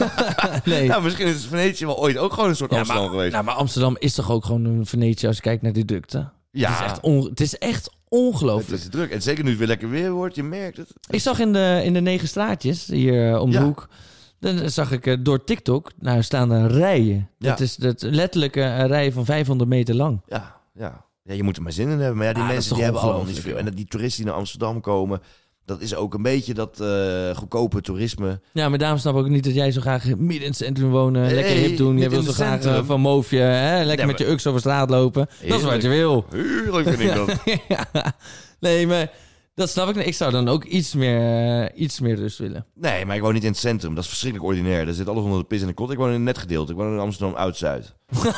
Speaker 2: Nee.
Speaker 1: Nou, misschien is Venetië wel ooit ook gewoon een soort Amsterdam geweest.
Speaker 2: Nou, maar Amsterdam is toch ook gewoon een Venetië als je kijkt naar die drukte?
Speaker 1: Ja.
Speaker 2: Het is echt ongelooflijk.
Speaker 1: Het is druk. En zeker nu het weer lekker weer wordt, je merkt het.
Speaker 2: Ik zag in de 9 straatjes hier om de hoek... Dan zag ik door TikTok, staan er rijen.
Speaker 1: Ja.
Speaker 2: Dat letterlijk een rij van 500 meter lang.
Speaker 1: Ja, je moet er maar zin in hebben. Maar ja, die mensen die hebben allemaal niet zoveel. En die toeristen die naar Amsterdam komen... dat is ook een beetje dat goedkope toerisme.
Speaker 2: Ja, maar daarom snap ik ook niet dat jij zo graag midden in het centrum wonen. Lekker hip doen. Je wil zo graag van Moofje. Lekker met je uks over straat lopen. Dat is wat je wil.
Speaker 1: Heerlijk vind ik dat.
Speaker 2: Ja. Nee, maar... Dat snap ik niet. Ik zou dan ook iets meer rust willen.
Speaker 1: Nee, maar ik woon niet in het centrum. Dat is verschrikkelijk ordinair. Er zit alles onder de pis en de kot. Ik woon in een net gedeelte. Ik woon in Amsterdam Oud-Zuid.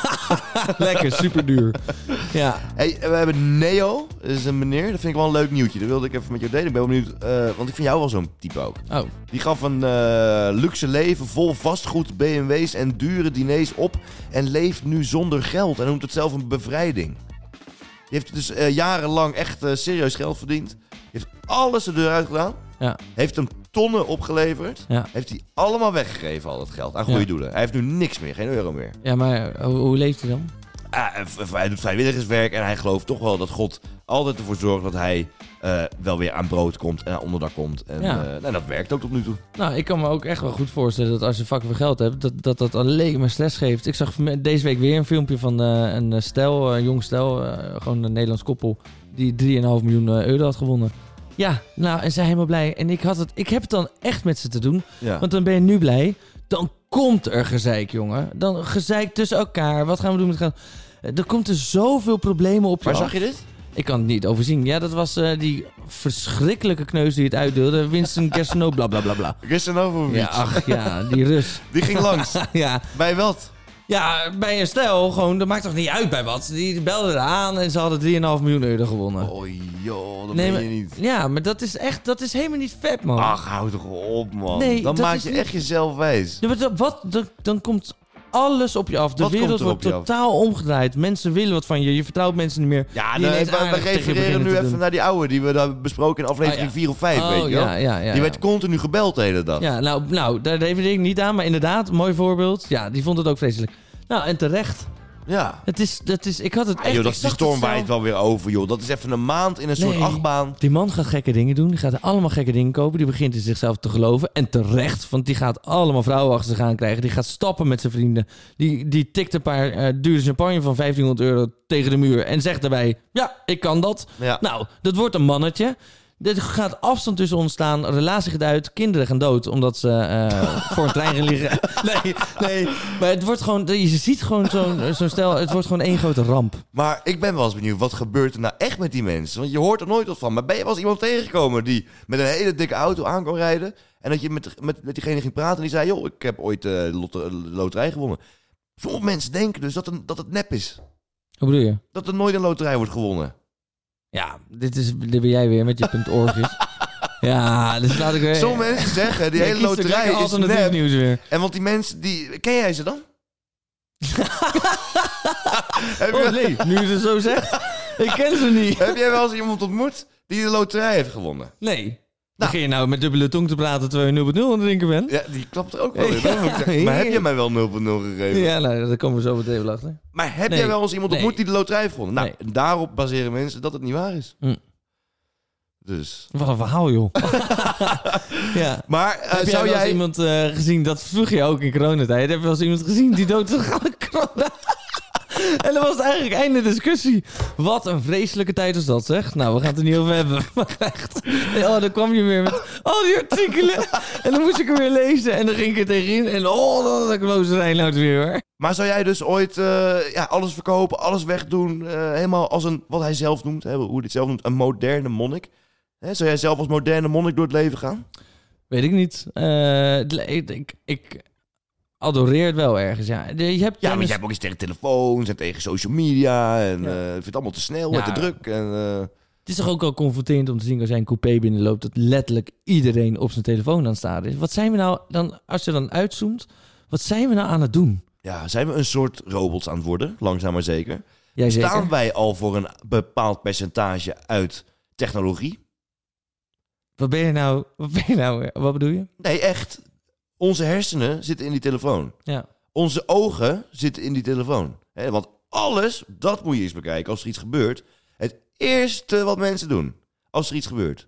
Speaker 2: Lekker, super duur. Ja.
Speaker 1: Hey, we hebben Neo. Dat is een meneer. Dat vind ik wel een leuk nieuwtje. Dat wilde ik even met jou delen. Ik ben wel benieuwd. Want ik vind jou wel zo'n type ook.
Speaker 2: Oh.
Speaker 1: Die gaf een luxe leven vol vastgoed, BMW's en dure diners op. En leeft nu zonder geld. En noemt het zelf een bevrijding. Die heeft dus jarenlang echt serieus geld verdiend. Heeft alles de deur uit gedaan.
Speaker 2: Ja.
Speaker 1: Heeft hem tonnen opgeleverd.
Speaker 2: Ja.
Speaker 1: Heeft hij allemaal weggegeven, al dat geld. Aan goede doelen. Hij heeft nu niks meer. Geen euro meer.
Speaker 2: Ja, maar hoe leeft hij dan?
Speaker 1: Hij doet vrijwilligerswerk. En hij gelooft toch wel dat God altijd ervoor zorgt dat hij wel weer aan brood komt. En aan onderdak komt. En dat werkt ook tot nu toe.
Speaker 2: Nou, ik kan me ook echt wel goed voorstellen dat als je fucking veel geld hebt... dat alleen maar stress geeft. Ik zag deze week weer een filmpje van een jong stel. Gewoon een Nederlands koppel. Die 3,5 miljoen euro had gewonnen. Ja, nou, en zij helemaal blij. En ik heb het dan echt met ze te doen.
Speaker 1: Ja.
Speaker 2: Want dan ben je nu blij. Dan komt er gezeik, jongen. Dan gezeik tussen elkaar. Wat gaan we doen met geld? Er komt er zoveel problemen op je
Speaker 1: Waar
Speaker 2: af.
Speaker 1: zag je dit?
Speaker 2: Ik kan het niet overzien. Ja, dat was die verschrikkelijke kneus die het uitdeelde. Winston Gerstenau, bla bla bla bla.
Speaker 1: Gerstenovic.
Speaker 2: Ja, ach ja, die Rus.
Speaker 1: Die ging langs.
Speaker 2: Ja.
Speaker 1: Bij wat?
Speaker 2: Ja, bij een stel, gewoon, dat maakt toch niet uit bij wat. Die belden er aan en ze hadden 3,5 miljoen euro gewonnen.
Speaker 1: Oh joh, dat
Speaker 2: Nee,
Speaker 1: ben je niet.
Speaker 2: Ja, maar dat is helemaal niet vet, man.
Speaker 1: Ach, hou toch op, man.
Speaker 2: Nee,
Speaker 1: dan
Speaker 2: dat
Speaker 1: maak
Speaker 2: is
Speaker 1: je
Speaker 2: niet-
Speaker 1: echt jezelf wijs.
Speaker 2: Ja, maar dan komt alles op je af. De
Speaker 1: Wat komt
Speaker 2: wereld
Speaker 1: er op
Speaker 2: wordt
Speaker 1: je af?
Speaker 2: totaal omgedraaid. Mensen willen wat van je. Je vertrouwt mensen niet meer.
Speaker 1: Ja,
Speaker 2: Die ineens
Speaker 1: we
Speaker 2: aardig tegen je
Speaker 1: refereren
Speaker 2: beginnen
Speaker 1: nu
Speaker 2: te
Speaker 1: even
Speaker 2: doen.
Speaker 1: naar die oude die we daar besproken in aflevering 4 of 5, weet je wel?
Speaker 2: Ja,
Speaker 1: Die werd continu gebeld de hele dag.
Speaker 2: Ja, nou, daar refereer ik niet aan. Maar inderdaad, mooi voorbeeld. Ja, die vond het ook vreselijk. Nou, en terecht.
Speaker 1: Ja.
Speaker 2: Ik had het echt...
Speaker 1: Joh,
Speaker 2: ik
Speaker 1: die
Speaker 2: zag
Speaker 1: storm
Speaker 2: het zelf.
Speaker 1: waait wel weer over, joh. Dat is even een maand in een soort
Speaker 2: Nee.
Speaker 1: achtbaan.
Speaker 2: Die man gaat gekke dingen doen. Die gaat allemaal gekke dingen kopen. Die begint in zichzelf te geloven. En terecht, want die gaat allemaal vrouwen achter zich aan krijgen. Die gaat stappen met zijn vrienden. Die tikt een paar dure champagne van 1500 euro tegen de muur. En zegt daarbij, ja, ik kan dat.
Speaker 1: Ja.
Speaker 2: Nou, dat wordt een mannetje. Er gaat afstand tussen ontstaan. Relatie gaat uit. Kinderen gaan dood. Omdat ze voor een trein gaan liggen. Nee. Maar het wordt gewoon... Je ziet gewoon zo'n stel... Het wordt gewoon één grote ramp.
Speaker 1: Maar ik ben wel eens benieuwd, wat gebeurt er nou echt met die mensen? Want je hoort er nooit wat van. Maar ben je wel eens iemand tegengekomen die met een hele dikke auto aan kon rijden... en dat je met diegene ging praten en die zei... joh, ik heb ooit de loterij gewonnen. Sommige mensen denken dus dat het nep is.
Speaker 2: Hoe bedoel je?
Speaker 1: Dat er nooit een loterij wordt gewonnen.
Speaker 2: Ja, dit ben jij weer met je .orgis. Ja, dus laat ik weer...
Speaker 1: Sommige mensen zeggen, die
Speaker 2: Ja,
Speaker 1: hele
Speaker 2: kies toch
Speaker 1: loterij
Speaker 2: lekker
Speaker 1: is
Speaker 2: alternatief
Speaker 1: nep.
Speaker 2: nieuws weer.
Speaker 1: En want die mensen, ken jij ze dan?
Speaker 2: Oh nee, nu je het zo zegt. Ik ken ze niet.
Speaker 1: Heb jij wel eens iemand ontmoet die de loterij heeft gewonnen?
Speaker 2: Nee. Begin je nou met dubbele tong te praten terwijl je 0,0 aan het drinken bent?
Speaker 1: Ja, die klapt er ook wel in.
Speaker 2: Ja.
Speaker 1: Dat moet ik zeggen. Maar heb jij mij wel 0,0 gegeven?
Speaker 2: Ja, nou, daar komen we zo meteen wel achter.
Speaker 1: Maar heb
Speaker 2: Nee.
Speaker 1: jij wel eens iemand ontmoet die de loterij heeft gewonnen? Nou,
Speaker 2: Nee.
Speaker 1: daarop baseren mensen dat het niet waar is.
Speaker 2: Hm.
Speaker 1: Dus.
Speaker 2: Wat een verhaal, joh. Ja.
Speaker 1: Maar
Speaker 2: Heb jij
Speaker 1: zou
Speaker 2: wel eens
Speaker 1: jij...
Speaker 2: iemand gezien, dat vroeg je ook in coronatijd, heb je wel eens iemand gezien die dood is gegaan aan corona? En dan was het eigenlijk einde discussie. Wat een vreselijke tijd was dat, zeg. Nou, we gaan het er niet over hebben. Maar echt. Oh, dan kwam je weer met al die artikelen. En dan moest ik er weer lezen. En dan ging ik er tegenin. En dan had ik loze Reinoud weer, hoor.
Speaker 1: Maar zou jij dus ooit alles verkopen, alles wegdoen, helemaal als een, wat hij zelf noemt, hoe hij het zelf noemt, een moderne monnik? Hè, zou jij zelf als moderne monnik door het leven gaan?
Speaker 2: Weet ik niet. adoreert wel ergens, ja. Je hebt
Speaker 1: Ja, maar je hebt ook eens tegen telefoons en tegen social media. En ik vind het allemaal te snel en
Speaker 2: Ja.
Speaker 1: te druk. En,
Speaker 2: Het is toch ook wel confronterend om te zien als jij een coupé binnenloopt... dat letterlijk iedereen op zijn telefoon aan het staren is. Wat zijn we nou, dan, als je dan uitzoomt... wat zijn we nou aan het doen?
Speaker 1: ja, zijn we een soort robots aan het worden? Langzaam maar zeker.
Speaker 2: Jij zeker?
Speaker 1: Staan wij al voor een bepaald percentage uit technologie?
Speaker 2: Wat ben je nou? Wat bedoel je?
Speaker 1: Nee, echt. Onze hersenen zitten in die telefoon.
Speaker 2: Ja.
Speaker 1: Onze ogen zitten in die telefoon. Want alles, dat moet je eens bekijken als er iets gebeurt. Het eerste wat mensen doen als er iets gebeurt.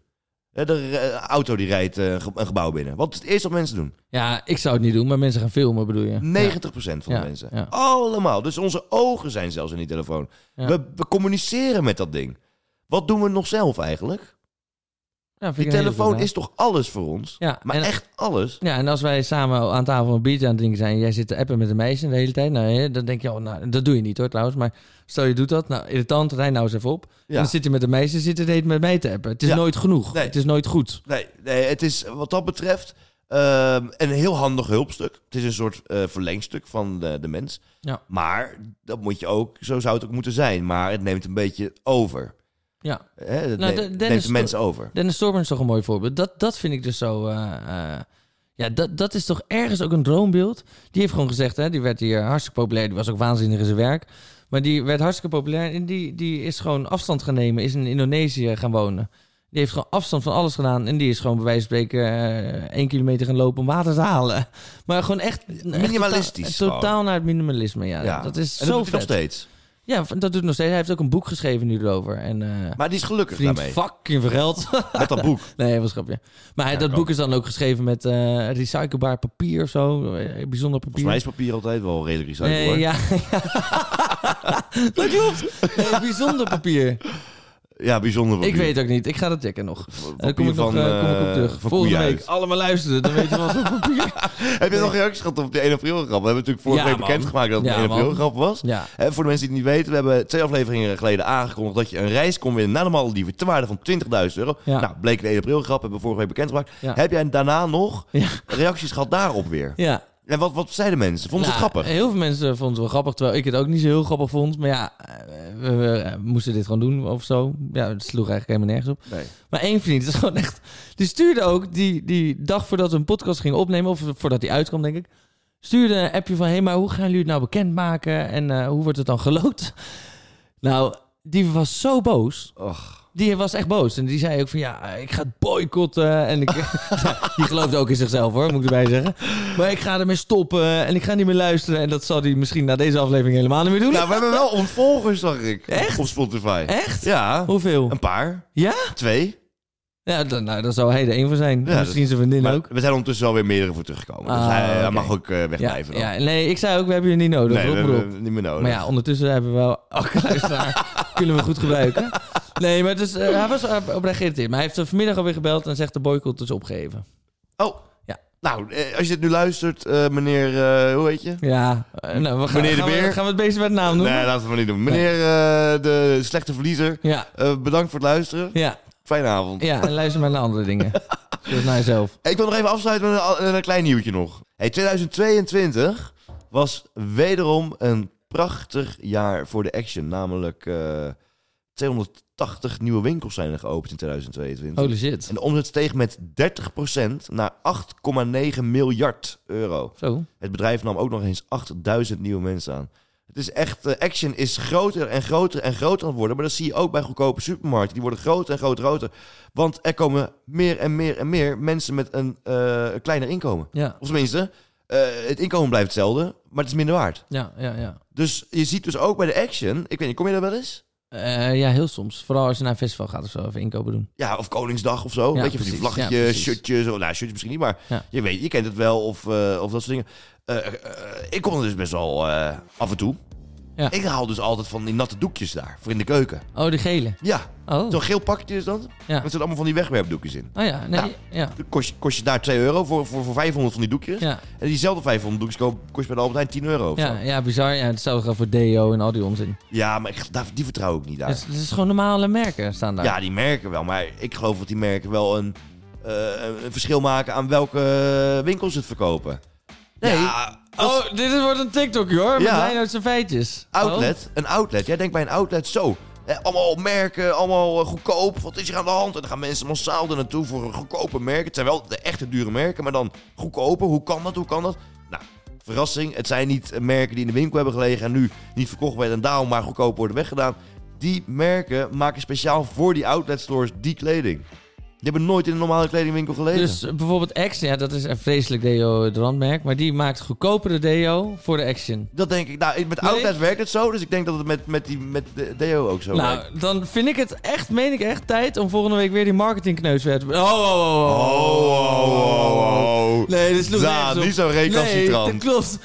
Speaker 1: De auto die rijdt een gebouw binnen. Wat is het eerste wat mensen doen?
Speaker 2: Ja, ik zou het niet doen, maar mensen gaan filmen, bedoel je?
Speaker 1: 90% van de mensen.
Speaker 2: Ja.
Speaker 1: Allemaal. Dus onze ogen zijn zelfs in die telefoon.
Speaker 2: Ja.
Speaker 1: We communiceren met dat ding. Wat doen we nog zelf eigenlijk?
Speaker 2: Ja, vind
Speaker 1: Die
Speaker 2: ik een hele
Speaker 1: telefoon
Speaker 2: goede
Speaker 1: is toch alles voor ons?
Speaker 2: Ja,
Speaker 1: Maar
Speaker 2: en-
Speaker 1: echt alles?
Speaker 2: Ja, en als wij samen aan tafel een biertje aan het drinken zijn... en jij zit te appen met een meisje de hele tijd... nou, dan denk je, nou, dat doe je niet hoor trouwens... maar stel je doet dat, nou, irritant, rij nou eens even op... En dan zit je met een meisje, zit er met mij te appen. Het is
Speaker 1: Ja.
Speaker 2: nooit genoeg.
Speaker 1: Nee.
Speaker 2: Het is nooit goed.
Speaker 1: Nee, het is wat dat betreft een heel handig hulpstuk. Het is een soort verlengstuk van de mens.
Speaker 2: Ja.
Speaker 1: Maar dat moet je ook, zo zou het ook moeten zijn. Maar het neemt een beetje over.
Speaker 2: Ja.
Speaker 1: Het
Speaker 2: Nou,
Speaker 1: neemt
Speaker 2: Dennis
Speaker 1: de mens over.
Speaker 2: Dennis Stormen is toch een mooi voorbeeld. Dat vind ik dus zo... ja, dat is toch ergens ook een droombeeld. Die heeft gewoon gezegd, hè, die werd hier hartstikke populair. Die was ook waanzinnig in zijn werk. Maar die werd hartstikke populair. En die is gewoon afstand gaan nemen. Is in Indonesië gaan wonen. Die heeft gewoon afstand van alles gedaan. En die is gewoon bij wijze van spreken 1 kilometer gaan lopen om water te halen. Maar gewoon echt...
Speaker 1: Minimalistisch
Speaker 2: Totaal naar het minimalisme, ja. Dat is
Speaker 1: en
Speaker 2: zo
Speaker 1: dat doet hij
Speaker 2: vet.
Speaker 1: nog steeds.
Speaker 2: Ja, dat doet hij nog steeds. Hij heeft ook een boek geschreven nu erover. En,
Speaker 1: Maar die is gelukkig
Speaker 2: verdient
Speaker 1: daarmee.
Speaker 2: fucking veel geld.
Speaker 1: Met dat boek.
Speaker 2: Nee, dat was een grapje. Maar dat boek is dan ook geschreven met recyclebaar papier of zo. Bijzonder papier.
Speaker 1: Volgens mij is papier altijd wel redelijk recyclebaar.
Speaker 2: Nee, ja. Dat klopt. Nee, bijzonder papier.
Speaker 1: Ja, bijzonder papier.
Speaker 2: Ik weet ook niet. Ik ga dat checken nog. Daar kom ik
Speaker 1: van,
Speaker 2: kom ik op terug.
Speaker 1: van
Speaker 2: Volgende
Speaker 1: koeien
Speaker 2: week
Speaker 1: uit.
Speaker 2: allemaal luisteren. Dan weet je wat voor papier.
Speaker 1: Heb je nog reacties gehad op de 1 april grap? We hebben natuurlijk vorige
Speaker 2: Ja,
Speaker 1: week
Speaker 2: man.
Speaker 1: bekendgemaakt dat het
Speaker 2: Ja,
Speaker 1: een 1 april
Speaker 2: man.
Speaker 1: grap was.
Speaker 2: Ja.
Speaker 1: En voor de mensen die het niet weten, we hebben 2 afleveringen geleden aangekondigd dat je een reis kon winnen naar de Malediven ter waarde van €20.000.
Speaker 2: Ja.
Speaker 1: Nou, bleek een 1 april grap, hebben we vorige week bekendgemaakt.
Speaker 2: Ja.
Speaker 1: Heb jij daarna nog
Speaker 2: Ja.
Speaker 1: reacties gehad daarop weer?
Speaker 2: Ja.
Speaker 1: En wat zeiden mensen? Vonden ze het
Speaker 2: Nou,
Speaker 1: grappig?
Speaker 2: Heel veel mensen vonden het wel grappig, terwijl ik het ook niet zo heel grappig vond. Maar ja, we moesten dit gewoon doen of zo. Ja, het sloeg eigenlijk helemaal nergens op.
Speaker 1: Nee.
Speaker 2: Maar één vriend, dat is gewoon echt... Die stuurde ook, die dag voordat we een podcast gingen opnemen... of voordat die uitkwam, denk ik... stuurde een appje van... hé, maar hoe gaan jullie het nou bekendmaken? En hoe wordt het dan geloot? Nou, die was zo boos...
Speaker 1: Och.
Speaker 2: Die was echt boos. En die zei ook van, ja, ik ga het boycotten. En ik, die geloofde ook in zichzelf, hoor, moet ik erbij zeggen. Maar ik ga ermee stoppen en ik ga niet meer luisteren. En dat zal hij misschien na deze aflevering helemaal niet meer doen.
Speaker 1: Nou, we hebben wel ontvolgers, zag ik.
Speaker 2: Echt?
Speaker 1: Op Spotify.
Speaker 2: Echt?
Speaker 1: Ja.
Speaker 2: Hoeveel?
Speaker 1: Een paar.
Speaker 2: Ja?
Speaker 1: 2.
Speaker 2: Ja, dan zou hij er één van zijn.
Speaker 1: Ja,
Speaker 2: En misschien zijn vriendin
Speaker 1: Maar
Speaker 2: ook.
Speaker 1: we zijn ondertussen alweer meerdere voor teruggekomen. Dus
Speaker 2: Ah,
Speaker 1: hij
Speaker 2: oké.
Speaker 1: mag ook wegblijven dan.
Speaker 2: Ja, nee, ik zei ook, we hebben je niet nodig.
Speaker 1: Nee,
Speaker 2: Roep
Speaker 1: we
Speaker 2: maar op.
Speaker 1: hebben niet meer nodig.
Speaker 2: Maar ja, ondertussen hebben we wel... luisteraar, kunnen we goed gebruiken. Nee, maar dus, hij was oprecht geïrriteerd. Maar hij heeft vanmiddag alweer gebeld en zegt de boycott is opgegeven.
Speaker 1: Oh.
Speaker 2: Ja.
Speaker 1: Nou, als je dit nu luistert, meneer... hoe heet je?
Speaker 2: Ja, nou, we gaan,
Speaker 1: Meneer de
Speaker 2: gaan we-
Speaker 1: Beer?
Speaker 2: gaan we het beest bij de naam doen?
Speaker 1: Nee, laten we maar niet doen. Meneer de slechte verliezer,
Speaker 2: Ja,
Speaker 1: bedankt voor het luisteren.
Speaker 2: ja,
Speaker 1: Fijne avond.
Speaker 2: ja, en luister maar naar andere dingen. Zoals naar jezelf.
Speaker 1: Ik wil nog even afsluiten met een klein nieuwtje nog. Hey, 2022 was wederom een prachtig jaar voor de Action. Namelijk 280 nieuwe winkels zijn er geopend in 2022.
Speaker 2: Holy shit.
Speaker 1: En de omzet steeg met 30% naar €8,9 miljard.
Speaker 2: Zo.
Speaker 1: Het bedrijf nam ook nog eens 8000 nieuwe mensen aan. Het is echt, Action is groter en groter en groter aan het worden. Maar dat zie je ook bij goedkope supermarkten. Die worden groter en groter en groter. Want er komen meer en meer en meer mensen met een kleiner inkomen.
Speaker 2: Ja,
Speaker 1: Of tenminste, het inkomen blijft hetzelfde, maar het is minder waard.
Speaker 2: ja.
Speaker 1: Dus je ziet dus ook bij de Action... Ik weet niet, kom je daar wel eens?
Speaker 2: Ja, heel soms. Vooral als je naar een festival gaat of zo, even inkopen doen.
Speaker 1: Ja, of Koningsdag of zo.
Speaker 2: Ja,
Speaker 1: Weet je, van die
Speaker 2: precies.
Speaker 1: vlaggetjes,
Speaker 2: Ja, precies.
Speaker 1: shirtjes. Nou, shirtjes misschien niet, maar
Speaker 2: Ja.
Speaker 1: je kent het wel. Of dat soort dingen. Ik kon er dus best wel af en toe.
Speaker 2: Ja.
Speaker 1: Ik haal dus altijd van die natte doekjes daar, voor in de keuken.
Speaker 2: Oh, die gele.
Speaker 1: Ja,
Speaker 2: Oh,
Speaker 1: zo'n geel pakje is dat.
Speaker 2: ja.
Speaker 1: Er zitten allemaal van die wegwerpdoekjes in.
Speaker 2: Oh ja, nee,
Speaker 1: Nou.
Speaker 2: ja.
Speaker 1: Dan kost je daar €2 voor 500 van die doekjes.
Speaker 2: Ja,
Speaker 1: En diezelfde 500 doekjes kost je bij de Albert Heijn €10 of zo.
Speaker 2: ja, bizar. Ja, hetzelfde geldt voor Deo en al die onzin.
Speaker 1: Ja, maar die vertrouw ik niet daar.
Speaker 2: Het is gewoon normale merken staan daar.
Speaker 1: Ja, die merken wel. Maar ik geloof dat die merken wel een verschil maken aan welke winkels het verkopen. Nee,
Speaker 2: Oh, dit wordt een TikTok, hoor. Met
Speaker 1: Ja.
Speaker 2: Reinoud zijn feitjes.
Speaker 1: Outlet, een outlet. Jij denkt bij een outlet zo. Allemaal merken, allemaal goedkoop. Wat is er aan de hand? En dan gaan mensen massaal er naartoe voor goedkope merken. Het zijn wel de echte dure merken, maar dan goedkoper. Hoe kan dat? Nou, verrassing. Het zijn niet merken die in de winkel hebben gelegen en nu niet verkocht werden en daarom maar goedkoop worden weggedaan. Die merken maken speciaal voor die outlet stores die kleding. Die hebben nooit in een normale kledingwinkel gelegen.
Speaker 2: Dus bijvoorbeeld Action, ja, dat is een vreselijk deodorantmerk, maar die maakt goedkopere deo voor de Action.
Speaker 1: Dat denk ik. Nou, met outlets werkt het zo, dus ik denk dat het met de deo ook zo
Speaker 2: Nou,
Speaker 1: werkt.
Speaker 2: dan vind ik het echt, meen ik echt, tijd om volgende week weer die marketingkneus weer te... Nee, dit sloeg nergens op.
Speaker 1: Niet zo recalcitrant.
Speaker 2: Nee, dat klopt.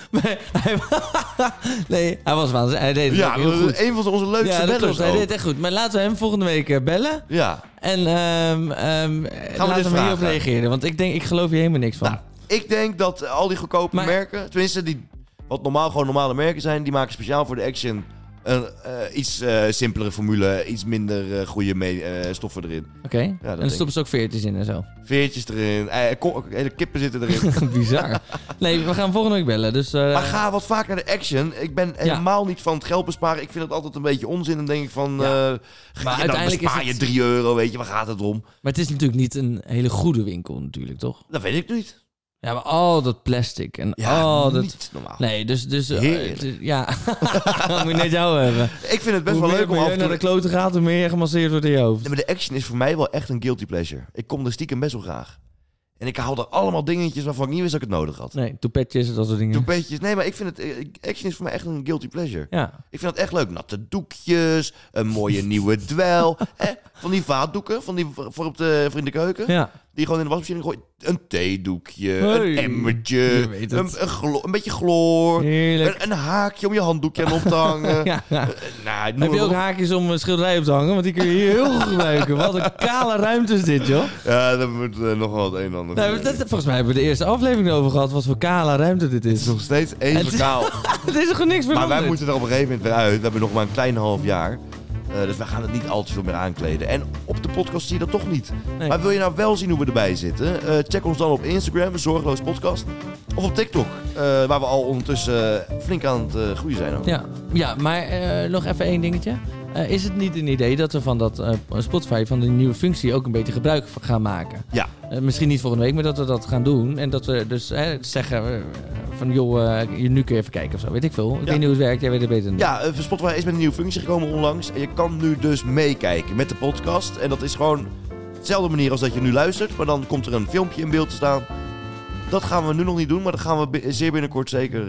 Speaker 2: Nee, hij was waanzinnig. Hij deed het
Speaker 1: Ja,
Speaker 2: ook heel goed.
Speaker 1: een van onze leukste
Speaker 2: Ja, dat
Speaker 1: bellers
Speaker 2: klopt. Hij
Speaker 1: ook.
Speaker 2: deed het echt goed. Maar laten we hem volgende week bellen.
Speaker 1: Ja.
Speaker 2: En laten we
Speaker 1: vragen?
Speaker 2: hierop reageren. Want ik geloof hier helemaal niks van.
Speaker 1: Nou, ik denk dat al die goedkope merken, tenminste die wat normaal gewoon normale merken zijn, die maken speciaal voor de Action een iets simpelere formule, iets minder goede stoffen erin.
Speaker 2: Oké. En dan stoppen ze ook veertjes in en zo.
Speaker 1: Veertjes erin, hele kippen zitten erin.
Speaker 2: Bizar. Nee, we gaan volgende week bellen. Dus,
Speaker 1: maar ga wat vaker naar de Action. Ik ben helemaal niet van het geld besparen. Ik vind het altijd een beetje onzin. Dan denk ik van,
Speaker 2: maar
Speaker 1: uiteindelijk bespaar je 3 euro, weet je, waar gaat het om?
Speaker 2: Maar het is natuurlijk niet een hele goede winkel natuurlijk, toch?
Speaker 1: Dat weet ik niet.
Speaker 2: Ja, maar al dat plastic en
Speaker 1: dat...
Speaker 2: dat...
Speaker 1: niet normaal.
Speaker 2: Nee, dus
Speaker 1: Heerlijk.
Speaker 2: ja, moet je net jou hebben.
Speaker 1: Ik vind het best wel leuk om af en toe...
Speaker 2: naar de kloten gaat, hoe meer je gemasseerd wordt in je hoofd.
Speaker 1: Nee, maar de Action is voor mij wel echt een guilty pleasure. Ik kom er stiekem best wel graag. En ik haal er allemaal dingetjes waarvan ik niet wist dat ik het nodig had.
Speaker 2: Nee, toepetjes en dat soort dingen.
Speaker 1: Toepetjes. Nee, maar ik vind het... Action is voor mij echt een guilty pleasure.
Speaker 2: Ja.
Speaker 1: Ik vind het echt leuk. Natte doekjes, een mooie nieuwe dweil. Van die vaatdoeken, voor in de keuken.
Speaker 2: Ja.
Speaker 1: Die gewoon in de wasmachine gooit. Een theedoekje,
Speaker 2: Hey.
Speaker 1: een emmertje,
Speaker 2: Je weet het.
Speaker 1: een beetje chloor.
Speaker 2: Heerlijk.
Speaker 1: Een haakje om je handdoekje aan op te hangen.
Speaker 2: Ja.
Speaker 1: Nou,
Speaker 2: Heb je ook haakjes om een schilderij op te hangen? Want die kun je hier heel goed gebruiken. Wat een kale ruimte is dit, joh.
Speaker 1: Ja, dat moet nog wel het een en ander.
Speaker 2: Nou, volgens mij hebben we de eerste aflevering erover gehad. Wat voor kale ruimte dit is.
Speaker 1: Het is nog steeds even kaal.
Speaker 2: Het is er gewoon niks
Speaker 1: Maar
Speaker 2: meer.
Speaker 1: wij moeten er op een gegeven moment weer uit. We hebben nog maar een klein half jaar. Dus wij gaan het niet al te veel meer aankleden. En op de podcast zie je dat toch niet.
Speaker 2: Nee.
Speaker 1: Maar wil je nou wel zien hoe we erbij zitten? Check ons dan op Instagram, Zorgeloos Podcast. Of op TikTok, waar we al ondertussen flink aan het groeien zijn. Ook.
Speaker 2: Ja, maar nog even één dingetje. Is het niet een idee dat we van dat Spotify, van die nieuwe functie, ook een beetje gebruik van gaan maken?
Speaker 1: Ja.
Speaker 2: Misschien niet volgende week, maar dat we dat gaan doen. En dat we dus zeggen van, joh, nu kun je even kijken of zo. Weet ik veel. Ik weet niet hoe het werkt, jij weet het beter dan ik.
Speaker 1: Ja, Spotify is met een nieuwe functie gekomen onlangs. En je kan nu dus meekijken met de podcast. En dat is gewoon dezelfde manier als dat je nu luistert. Maar dan komt er een filmpje in beeld te staan. Dat gaan we nu nog niet doen, maar dat gaan we zeer binnenkort zeker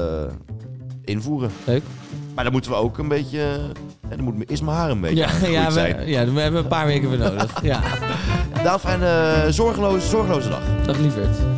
Speaker 1: invoeren.
Speaker 2: Leuk.
Speaker 1: Maar dan moeten we ook een beetje... dan moet eerst mijn haar een beetje zijn.
Speaker 2: We hebben een paar weken voor nodig. Ja.
Speaker 1: Daarom een zorgeloze dag.
Speaker 2: Dag lieverd.